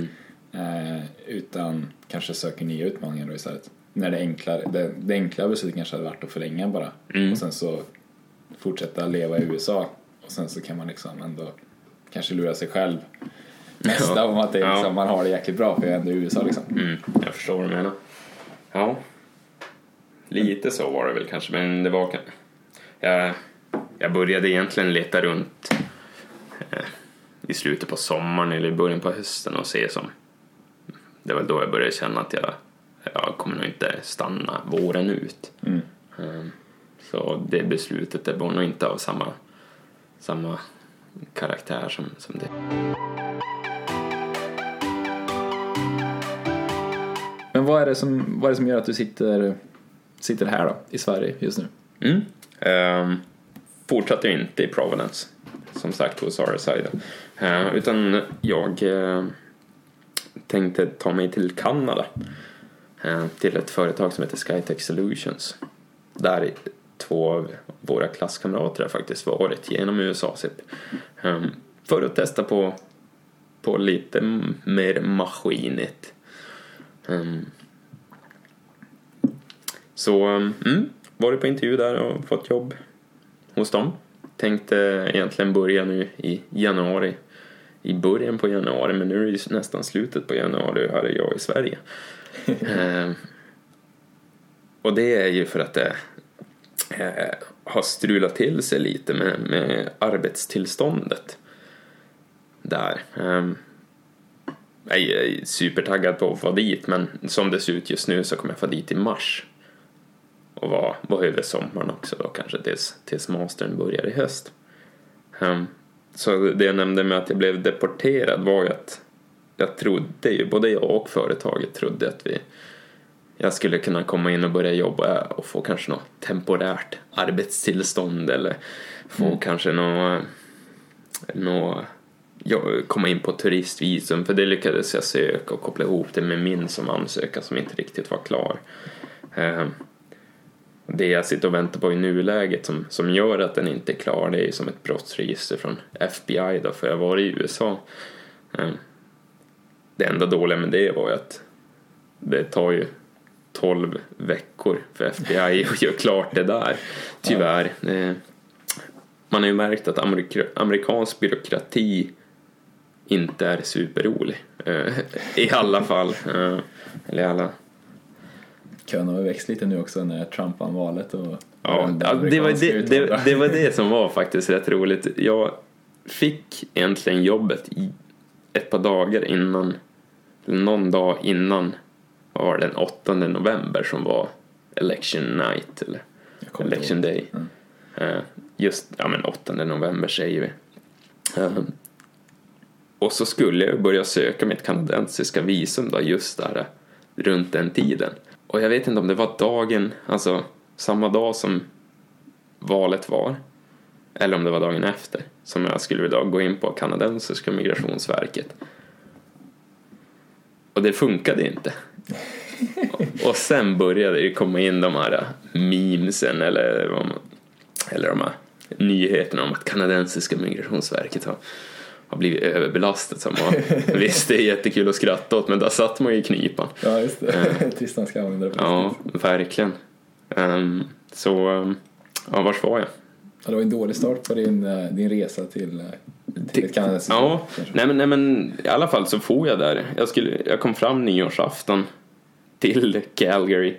[SPEAKER 1] utan kanske söker nya utmaningar då istället. När det enklare beslutet kanske hade varit att förlänga bara, och sen så fortsätta leva i USA, och sen så kan man liksom ändå kanske lura sig själv nästa om att det är liksom, man har det jäkligt bra för jag är ändå i USA liksom.
[SPEAKER 2] Jag förstår vad du menar. Ja, lite så var det väl kanske, men det var jag började egentligen leta runt i slutet på sommaren eller i början på hösten och se som det var då jag började känna att jag kommer nog inte stanna våren ut. Så det beslutet, det var nog inte av samma karaktär som det.
[SPEAKER 1] Men vad är det som gör att du sitter här då i Sverige just nu?
[SPEAKER 2] Fortsatte inte i Providence, som sagt, hos RSI då. Utan jag tänkte ta mig till Kanada, till ett företag som heter Skytech Solutions. Där 2 av våra klasskamrater har faktiskt varit genom USA-SIP för att testa på lite mer maskinigt. Så var på intervju där och fått jobb hos dem. Tänkte egentligen börja nu i januari, i början på januari, men nu är det nästan slutet på januari och här är jag i Sverige. Och det är ju för att det har strulat till sig lite med arbetstillståndet där. Jag är supertaggad på att vara dit, men som det ser ut just nu så kommer jag få dit i mars och vara över sommaren också då, kanske tills mastern börjar i höst. Så det jag nämnde med att jag blev deporterad var ju att jag trodde ju, både jag och företaget trodde att jag skulle kunna komma in och börja jobba och få kanske något temporärt arbetstillstånd eller få kanske komma in på turistvisum, för det lyckades jag söka och koppla ihop det med min som ansökan som inte riktigt var klar. Det jag sitter och väntar på i nuläget som gör att den inte är klar, det är som ett brottsregister från FBI då, för jag var i USA. Det enda dåliga med det var ju att det tar ju 12 veckor för FBI att göra klart det där, tyvärr. Man har ju märkt att amerikansk byråkrati inte är superrolig, i alla fall, eller alla.
[SPEAKER 1] Kön har växt lite nu också när Trump vann valet och
[SPEAKER 2] det var det som var faktiskt rätt roligt. Jag fick egentligen jobbet ett par dagar innan, någon dag innan, var den 8 november som var election night eller election day. Just 8 november säger vi. Och så skulle jag börja söka mitt kanadensiska visum då, just där runt den tiden. Och jag vet inte om det var dagen, alltså samma dag som valet var, eller om det var dagen efter, som jag skulle idag gå in på kanadensiska migrationsverket. Och det funkade inte. Och sen började det komma in de här memesen eller de här nyheterna om att kanadensiska migrationsverket har blivit överbelastat. Som visst, det är jättekul att skratta åt, men där satt man ju i knipan.
[SPEAKER 1] Ja, just det. Tisdagen ska använda det.
[SPEAKER 2] Ja, verkligen. Vars var jag?
[SPEAKER 1] Ja, det var en dålig start på din resa till
[SPEAKER 2] Ja, nej men i alla fall så får jag där. Jag kom fram nyårsafton till Calgary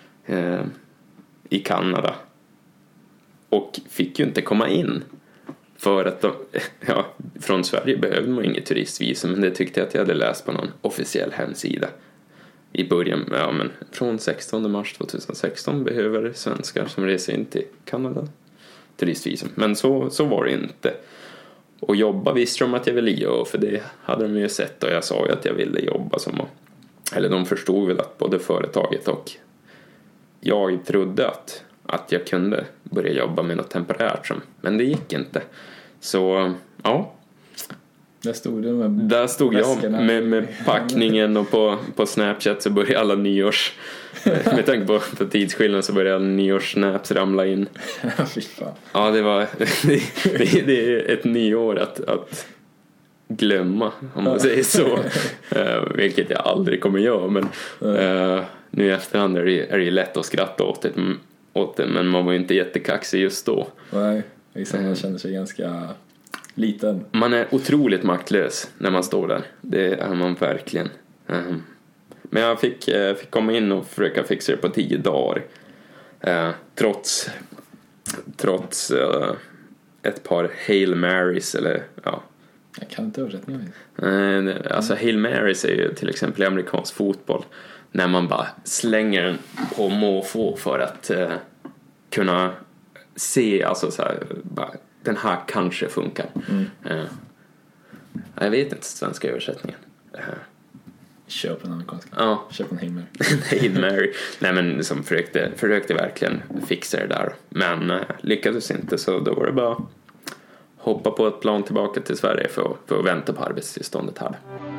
[SPEAKER 2] i Kanada och fick ju inte komma in för att från Sverige behövde man inget turistvisum, men det tyckte jag att jag hade läst på någon officiell hemsida i början. Men från 16 mars 2016 behöver svenskar som reser in till Kanada turistvisum, men så var det inte. Och jobba visste de att jag ville göra, för det hade de ju sett, och jag sa ju att jag ville jobba eller de förstod väl att både företaget och jag trodde att jag kunde börja jobba med något temporärt, men det gick inte. Så ja, där stod jag med packningen, och på Snapchat så började alla med tanke på tidsskillnaden så började alla nyårssnaps ramla in. Ja, det är ett nyår att glömma, om man säger så. Vilket jag aldrig kommer göra, men nu i efterhand är det lätt att skratta åt det, men man var ju inte jättekaxig just då.
[SPEAKER 1] Nej, man känner sig ganska liten.
[SPEAKER 2] Man är otroligt maktlös när man står där. Det är man verkligen. Men jag fick komma in och försöka fixa det på 10 dagar. Trots ett par Hail Marys, eller ja.
[SPEAKER 1] Jag kan inte översättningen.
[SPEAKER 2] Alltså Hail Marys är ju till exempel i amerikansk fotboll, när man bara slänger den på måfå för att kunna se, alltså så här, bara, den här kanske funkar. Jag vet inte svenska översättningen.
[SPEAKER 1] Köp en amerikansk.
[SPEAKER 2] Ja.
[SPEAKER 1] Köp en Hail Mary.
[SPEAKER 2] Hail Mary. Nej, men som försökte verkligen fixa det där, men lyckades inte, så då var det bara hoppa på ett plan tillbaka till Sverige för att vänta på arbetstillståndet här.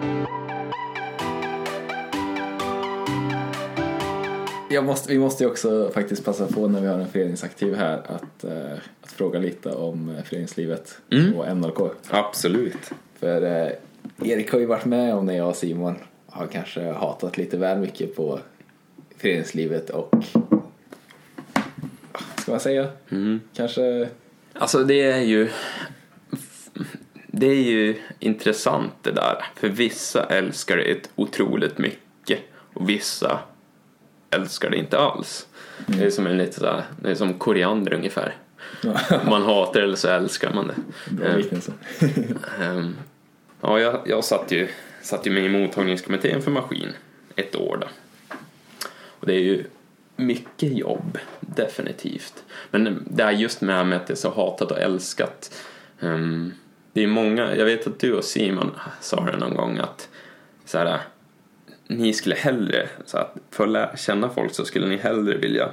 [SPEAKER 1] Vi måste ju också faktiskt passa på, när vi har en föreningsaktiv här, att fråga lite om föreningslivet och NLK.
[SPEAKER 2] Absolut.
[SPEAKER 1] För Erik har ju varit med om när jag och Simon har kanske hatat lite väl mycket på föreningslivet, och ska man säga? Kanske...
[SPEAKER 2] Alltså det är ju intressant det där, för vissa älskar det otroligt mycket och vissa älskar det inte alls. Det är som det är som koriander ungefär. Man hatar eller så älskar man det.
[SPEAKER 1] Bra liknelse.
[SPEAKER 2] Ja, jag satt ju med i mottagningskommittén för maskin 1 år då. Och det är ju mycket jobb, definitivt. Men det är just med att det är så hatat och älskat. Det är många, jag vet att du och Simon sa det någon gång, att så här, ni skulle hellre, så att för att lära känna folk så skulle ni hellre vilja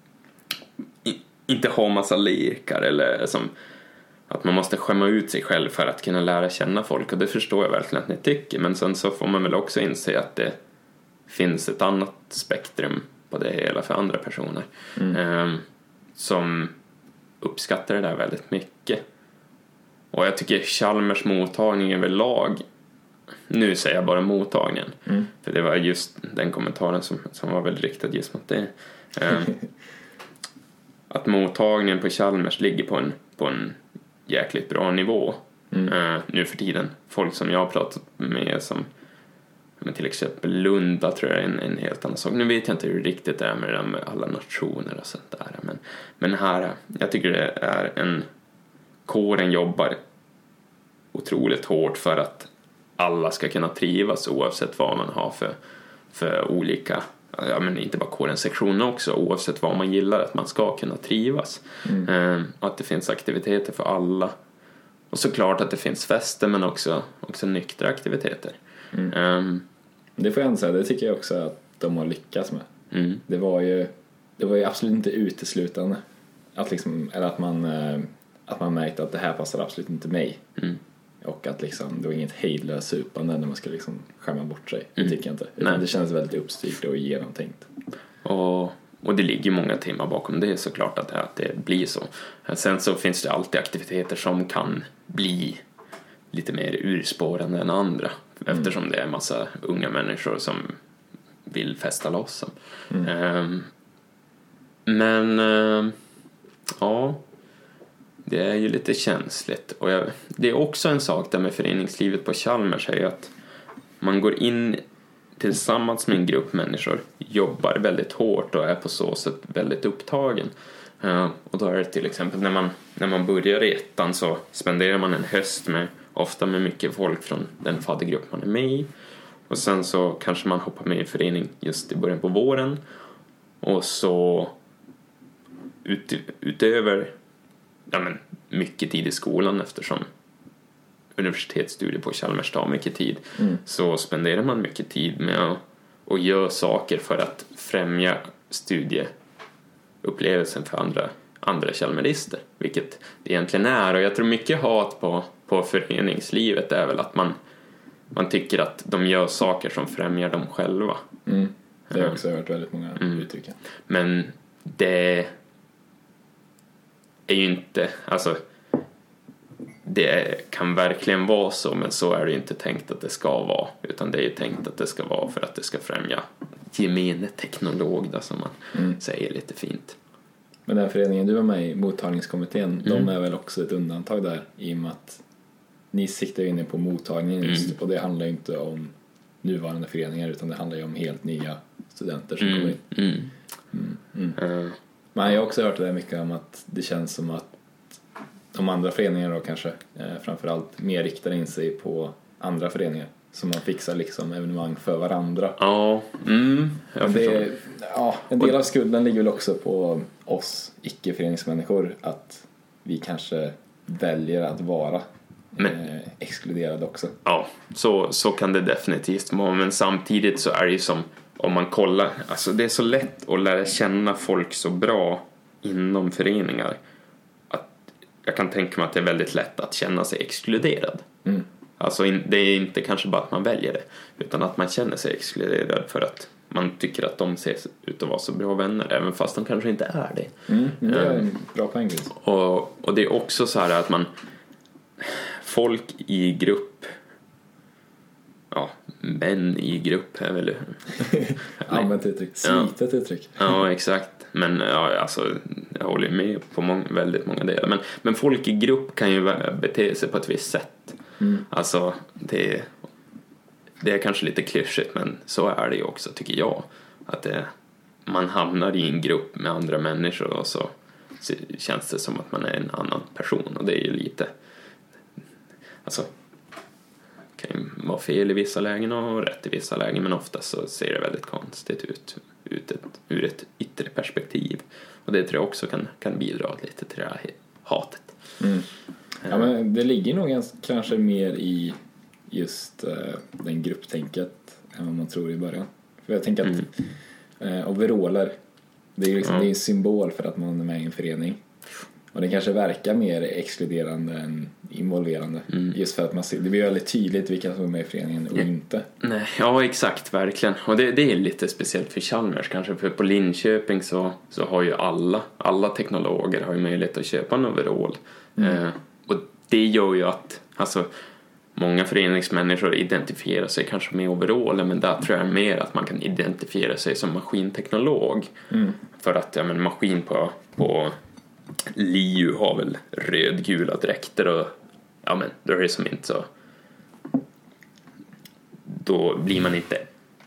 [SPEAKER 2] inte ha massa lekar, eller som att man måste skämma ut sig själv för att kunna lära känna folk, och det förstår jag verkligen att ni tycker, men sen så får man väl också inse att det finns ett annat spektrum på det hela för andra personer som uppskattar det där väldigt mycket. Och jag tycker Chalmers mottagning överlag, nu säger jag bara mottagningen, för det var just den kommentaren som var väl riktad just mot det, att mottagningen på Chalmers ligger på en jäkligt bra nivå nu för tiden. Folk som jag har pratat med, som men till exempel Lunda, tror jag är en helt annan sak. Nu vet jag inte hur riktigt det är med alla nationer och sånt där, men här, jag tycker det är kåren jobbar otroligt hårt för att alla ska kunna trivas, oavsett vad man har för olika, ja, men inte bara kårens sektioner också, oavsett vad man gillar, att man ska kunna trivas. Att det finns aktiviteter för alla, och såklart att det finns fester, men också nyktra aktiviteter.
[SPEAKER 1] Det får jag ändå säga, det tycker jag också att de har lyckats med. Det var ju absolut inte uteslutande att liksom, eller att man märkte att det här passar absolut inte mig. Och att liksom, det var inget hejdlöst supande när man skulle liksom skämma bort sig. Det tycker jag inte. Utan det känns väldigt uppstyrt och genomtänkt.
[SPEAKER 2] Och det ligger många timmar bakom det, såklart att det blir så. Sen så finns det alltid aktiviteter som kan bli lite mer urspårande än andra, eftersom det är en massa unga människor som vill festa loss. Men ja, det är ju lite känsligt. Och det är också en sak där med föreningslivet på Chalmers är att man går in tillsammans med en grupp människor, jobbar väldigt hårt och är på så sätt väldigt upptagen. Och då är det till exempel när man börjar i ettan så spenderar man en höst ofta med mycket folk från den faddergrupp man är med i. Och sen så kanske man hoppar med i förening just i början på våren. Och så utöver mycket tid i skolan, eftersom universitetsstudier på Chalmers tar mycket tid, så spenderar man mycket tid med att göra saker för att främja studieupplevelsen för andra chalmerister, vilket det egentligen är. Och jag tror mycket hat på föreningslivet är väl att man tycker att de gör saker som främjar dem själva.
[SPEAKER 1] Det har också hört väldigt många uttryck.
[SPEAKER 2] Men det är ju inte, alltså det kan verkligen vara så, men så är det inte tänkt att det ska vara, utan det är ju tänkt att det ska vara för att det ska främja gemene teknolog då, som man säger lite fint.
[SPEAKER 1] Men den föreningen du var med i, mottagningskommittén, de är väl också ett undantag där, i och med att ni siktar inne på mottagningen just, och det handlar ju inte om nuvarande föreningar, utan det handlar ju om helt nya studenter som kommer in. Men jag har också hört det där mycket om att det känns som att de andra föreningarna då kanske framförallt mer riktar in sig på andra föreningar, som man fixar liksom evenemang för varandra. En del av skulden ligger väl också på oss icke-föreningsmänniskor, att vi kanske väljer att vara exkluderade också. Ja,
[SPEAKER 2] så kan det definitivt vara, men samtidigt så är det ju som, om man kollar, alltså det är så lätt att lära känna folk så bra inom föreningar att jag kan tänka mig att det är väldigt lätt att känna sig exkluderad. Alltså det är inte kanske bara att man väljer det, utan att man känner sig exkluderad för att man tycker att de ser ut att vara så bra vänner, även fast de kanske inte är det.
[SPEAKER 1] Det är en bra poäng.
[SPEAKER 2] Och det är också så här att folk i grupp, män i grupp är väl
[SPEAKER 1] allmänt uttryck, slitet uttryck.
[SPEAKER 2] Ja, exakt. Men alltså, jag håller med på väldigt många delar. Men folk i grupp kan ju bete sig på ett visst sätt. Alltså det är kanske lite klyschigt, men så är det ju också, tycker jag. Att man hamnar i en grupp med andra människor och så känns det som att man är en annan person. Och det är ju lite, alltså, kan ju vara fel i vissa lägen och rätt i vissa lägen, men ofta så ser det väldigt konstigt ut ur ett yttre perspektiv. Och det tror jag också kan bidra lite till det här hatet.
[SPEAKER 1] Ja, men det ligger nog kanske mer i just den grupptänket än vad man tror i början. För jag tänker att overaller, det är ju liksom, det är en symbol för att man är med i en förening. Och det kanske verkar mer exkluderande än involverande. Just för att det blir väldigt tydligt vilka som är med i föreningen och inte.
[SPEAKER 2] Nej, ja, exakt, verkligen. Och det är lite speciellt för Chalmers kanske. För på Linköping så har ju alla teknologer har ju möjlighet att köpa en overall. Och det gör ju att, alltså, många föreningsmänniskor identifierar sig kanske med overaller, men där tror jag mer att man kan identifiera sig som maskinteknolog. För att maskin på LiU har väl rödgula dräkter, och då är det som inte så, då blir man inte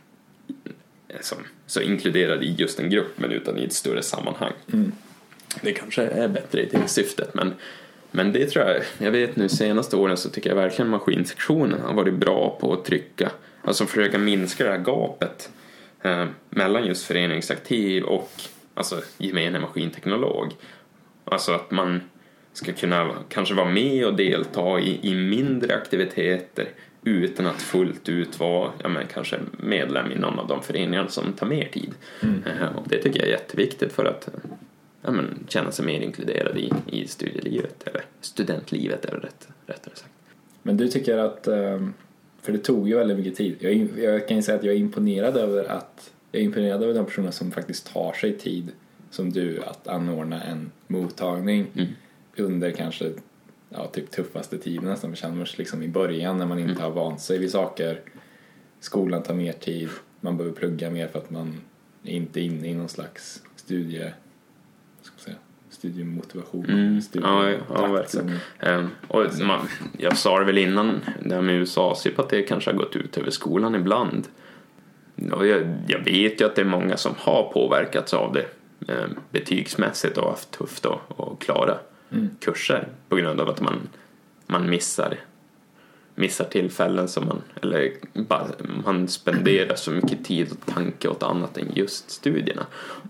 [SPEAKER 2] så inkluderad i just en grupp, men utan i ett större sammanhang. Det kanske är bättre i det syftet, men det tror jag vet nu senaste åren så tycker jag verkligen maskinsektionen har varit bra på att trycka, alltså försöka minska det här gapet mellan just föreningsaktiv och alltså gemene maskinteknolog. Alltså att man ska kunna kanske vara med och delta i mindre aktiviteter utan att fullt ut vara kanske medlem i någon av de föreningar som tar mer tid. Och det tycker jag är jätteviktigt för att känna sig mer inkluderad i studielivet, eller studentlivet är rättare sagt.
[SPEAKER 1] Men du tycker att, för det tog ju väldigt mycket tid. Jag kan ju säga att jag är imponerad över de personer som faktiskt tar sig tid som du att anordna en mottagning under kanske typ tuffaste tiden nästan för Chalmers, liksom i början när man inte har vant sig vid saker. Skolan tar mer tid, man behöver plugga mer för att man är inte inne i någon slags studiemotivation.
[SPEAKER 2] Ja, verkligen. Och jag sa det väl innan det här med USA-SIP att det kanske har gått ut över skolan ibland. Och jag vet ju att det är många som har påverkats av det betygsmässigt och haft tufft att klara kurser på grund av att man missar tillfällen som man spenderar så mycket tid och tanke åt annat än just studierna.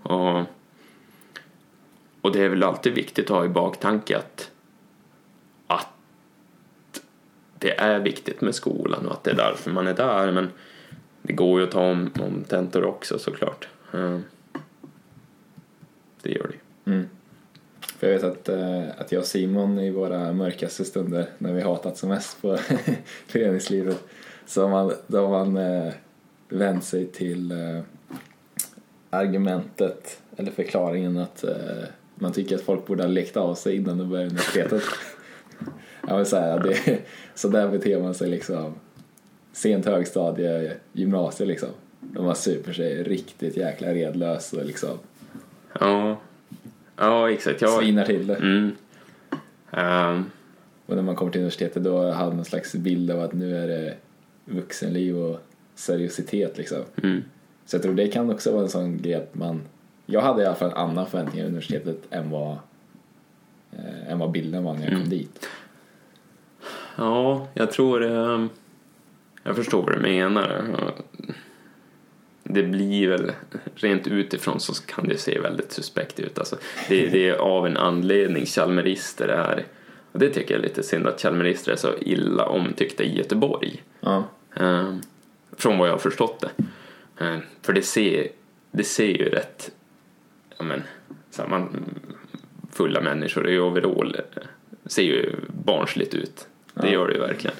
[SPEAKER 2] Och det är väl alltid viktigt att ha i baktanke att det är viktigt med skolan och att det är därför man är där, men det går ju att ta om tentor också såklart. Det gör det.
[SPEAKER 1] För jag vet att jag och Simon i våra mörkaste stunder när vi hatat som mest på föreningslivet så har man vänt sig till argumentet eller förklaringen att man tycker att folk borde ha lekt av sig innan de börjar universitetet. Jag vill säga så där beter man sig liksom sent högstadie, gymnasiet liksom. De har super sig riktigt jäkla redlös och liksom.
[SPEAKER 2] Ja, exakt.
[SPEAKER 1] Svinar till det. Och när man kommer till universitetet då hade man en slags bild av att nu är det vuxenliv och seriositet liksom. Så jag tror det kan också vara en sån grej att jag hade i alla fall en annan förväntning av universitetet än vad bilden var när jag kom dit.
[SPEAKER 2] Ja, jag tror jag förstår vad du menar. Det blir väl rent utifrån så kan det se väldigt suspekt ut. Alltså, det är av en anledning Chalmerister är. Och det tycker jag är lite synd att Chalmerister är så illa omtyckta i Göteborg. Från vad jag har förstått det. För det ser ju rätt fulla människor i overall ser ju barnsligt ut. Det gör det ju verkligen.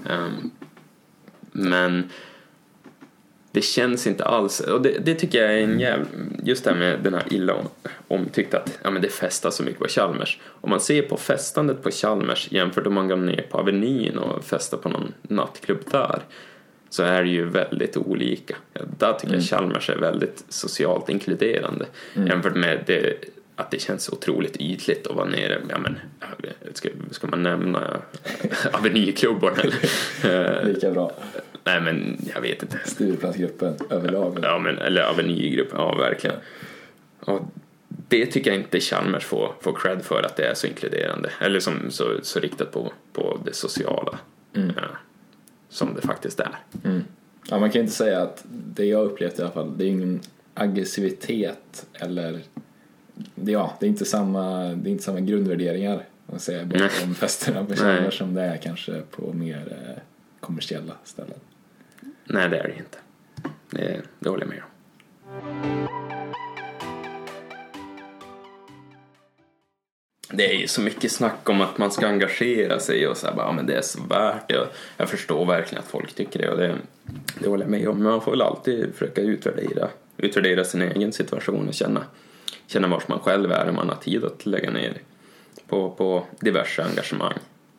[SPEAKER 2] Men det känns inte alls, och det tycker jag är en just det här med den här illa omtyckta att det festar så mycket på Chalmers. Om man ser på festandet på Chalmers jämfört om man går ner på Avenyn och festar på någon nattklubb där, så är det ju väldigt olika. Där tycker jag Chalmers är väldigt socialt inkluderande jämfört med att det känns otroligt ytligt att vara nere. Ska man nämna Avenyklubborna eller?
[SPEAKER 1] Lika bra.
[SPEAKER 2] Nej, men jag vet inte.
[SPEAKER 1] Stureplansgruppen överlag.
[SPEAKER 2] Ja, eller Avenygruppen, ja verkligen. Och det tycker jag inte Chalmers får cred för, att det är så inkluderande. Eller som så riktat på det sociala. Som det faktiskt är.
[SPEAKER 1] Ja, man kan inte säga att det jag upplevt i alla fall, det är ingen aggressivitet eller det är inte samma grundvärderingar man säger bakom festerna på Chalmers som det är kanske på mer kommersiella ställen.
[SPEAKER 2] Nej, det är det inte. Det håller jag med om. Det är ju så mycket snack om att man ska engagera sig och så här, men det är så värt det. Jag förstår verkligen att folk tycker det, och det håller jag med om. Men man får väl alltid försöka utvärdera sin egen situation och känna vart man själv är, om man har tid att lägga ner på diverse engagemang.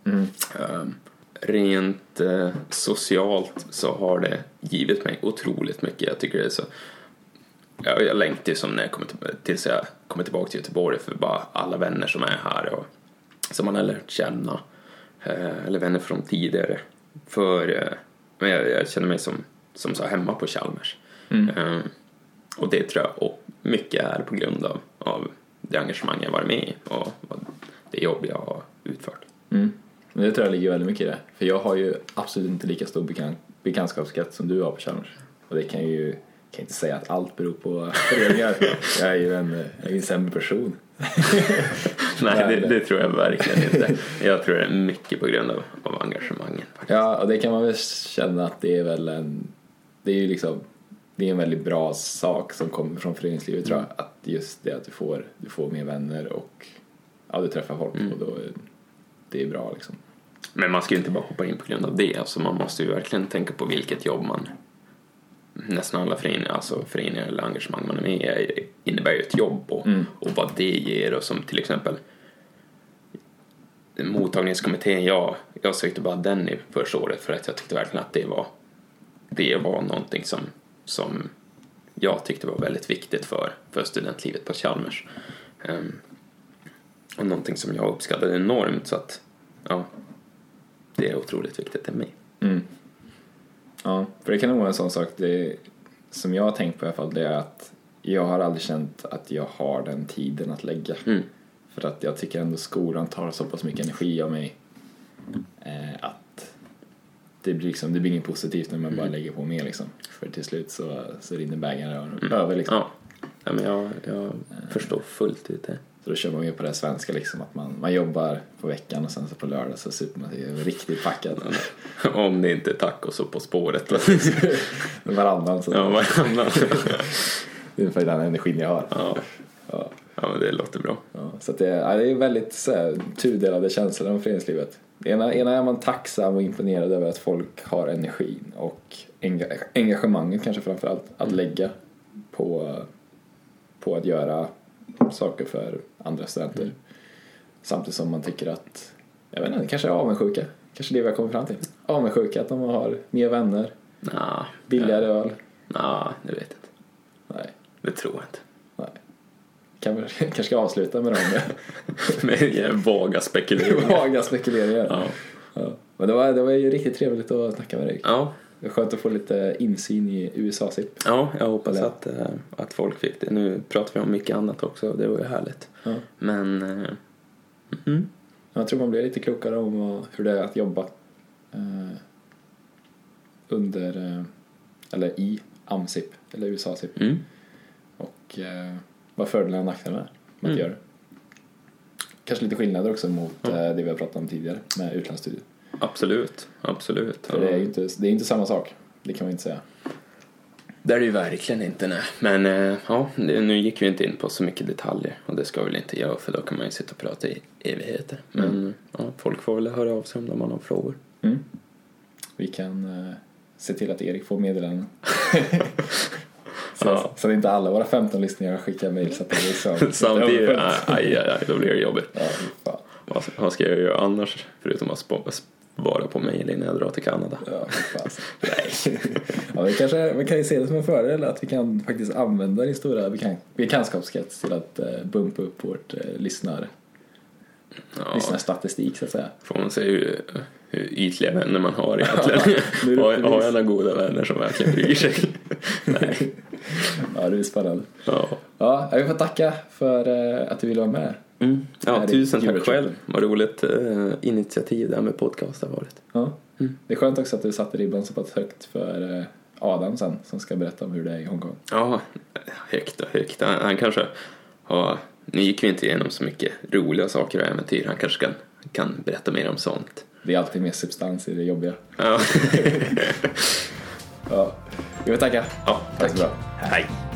[SPEAKER 2] Rent socialt så har det givit mig otroligt mycket. Jag tycker det är så. Jag längtar ju som när jag tills jag kommer tillbaka till Göteborg, för bara alla vänner som är här och som man har lärt känna, eller vänner från tidigare. Men jag känner mig som så hemma på Chalmers. Och det tror jag och mycket är på grund av det engagemang jag varit med i och det jobb jag har utfört.
[SPEAKER 1] Men det tror jag ligger väldigt mycket i det. För jag har ju absolut inte lika stor bekantskapskrets som du har på Chalmers. Och det kan inte säga att allt beror på föreningar. Jag är ju en sämre person.
[SPEAKER 2] Nej, det tror jag verkligen inte. Jag tror det är mycket på grund av engagemangen faktiskt.
[SPEAKER 1] Ja, och det kan man väl känna att det är väl det är ju liksom, det är en väldigt bra sak som kommer från föreningslivet, tror jag. Att just det att du får mer vänner och du träffar folk och då det är bra liksom.
[SPEAKER 2] Men man ska ju inte bara hoppa in på grund av det. Alltså man måste ju verkligen tänka på vilket jobb nästan alla föreningar eller engagemang man är med i innebär ju ett jobb och vad det ger. Och som till exempel mottagningskommittén, jag sökte bara den i första året för att jag tyckte verkligen att det var någonting som jag tyckte var väldigt viktigt för studentlivet på Chalmers. Och någonting som jag uppskattar enormt, så att ja, det är otroligt viktigt till mig.
[SPEAKER 1] Ja, för det kan nog vara en sån sak som jag har tänkt på i alla fall, det är att jag har aldrig känt att jag har den tiden att lägga. För att jag tycker ändå skolan tar så pass mycket energi av mig att det blir inget positivt när man bara lägger på mer liksom. För till slut så rinner bägaren över liksom.
[SPEAKER 2] Ja, men jag förstår fullt ut det.
[SPEAKER 1] Så då kör man ju på det svenska liksom, att man jobbar på veckan och sen så på lördag så super man till riktigt packad.
[SPEAKER 2] Om det inte är tacos så På spåret.
[SPEAKER 1] Varannan. Så
[SPEAKER 2] ja, varannan.
[SPEAKER 1] Det är ungefär den energin jag har.
[SPEAKER 2] Ja, men det låter bra.
[SPEAKER 1] Ja, så att det är väldigt så här, tudelade känslor om föreningslivet. Ena är man tacksam och imponerad över att folk har energin och engagemanget kanske framförallt att lägga på att göra saker för andra studenter. Samtidigt som man tycker att, jag vet inte, kanske är avundsjuka. Kanske det vi har kommit fram till. Avundsjuka att de har mer vänner. Billigare öl.
[SPEAKER 2] Det vet jag inte.
[SPEAKER 1] Nej.
[SPEAKER 2] Det tror jag inte.
[SPEAKER 1] Nej. Kanske ska avsluta med dem.
[SPEAKER 2] Med vaga spekuleringar.
[SPEAKER 1] Ja. Men det var ju riktigt trevligt att snacka med dig.
[SPEAKER 2] Ja.
[SPEAKER 1] Det är skönt att få lite insyn i USA-SIP.
[SPEAKER 2] Ja, jag hoppas att folk fick det. Nu pratar vi om mycket annat också. Det var ju härligt. Ja. Men
[SPEAKER 1] jag tror man blir lite klokare om hur det är att jobba under eller i AMSIP eller USA-SIP. Och vad fördelarna och nackdelarna är med att göra det. Kanske lite skillnader också mot det vi har pratat om tidigare med utlandsstudier.
[SPEAKER 2] Absolut.
[SPEAKER 1] För det är inte samma sak. Det kan man inte säga.
[SPEAKER 2] Det är det ju verkligen inte, nej. Men nu gick vi inte in på så mycket detaljer. Och det ska vi väl inte göra, för då kan man ju sitta och prata i evigheter. Men folk får väl höra av sig om de har frågor.
[SPEAKER 1] Vi kan se till att Erik får meddelanden. Så inte alla våra 15 lyssningar skickar mejl så att det är liksom
[SPEAKER 2] samtidigt, då blir det jobbigt.
[SPEAKER 1] Ja,
[SPEAKER 2] vad ska jag göra annars förutom att spara på mejl innan jag drar till Kanada?
[SPEAKER 1] Nej. Man kan ju se det som en fördel att vi kan faktiskt använda din stora bekantskapskrets till att bumpa upp vårt lyssnarstatistik så att säga.
[SPEAKER 2] Får man se hur ytliga vänner man har egentligen. Har jag några goda vänner som verkligen bryr sig? Nej.
[SPEAKER 1] Ja, det är spännande. Ja, jag vill få tacka för att du ville vara med.
[SPEAKER 2] Ja, tusen tack själv. Vad roligt initiativ där med podcast har varit.
[SPEAKER 1] Ja. Det är skönt också att du satte ribban så pass högt för Adam sen, som ska berätta om hur det är i Hongkong.
[SPEAKER 2] Ja, högt. Han kanske har... Nu gick vi inte igenom så mycket roliga saker och äventyr. Han kanske kan berätta mer om sånt.
[SPEAKER 1] Det är alltid mer substans i det jobbiga.
[SPEAKER 2] Ja.
[SPEAKER 1] Ja. Jag vill tacka.
[SPEAKER 2] Ja, tack.
[SPEAKER 1] Så bra.
[SPEAKER 2] Hej.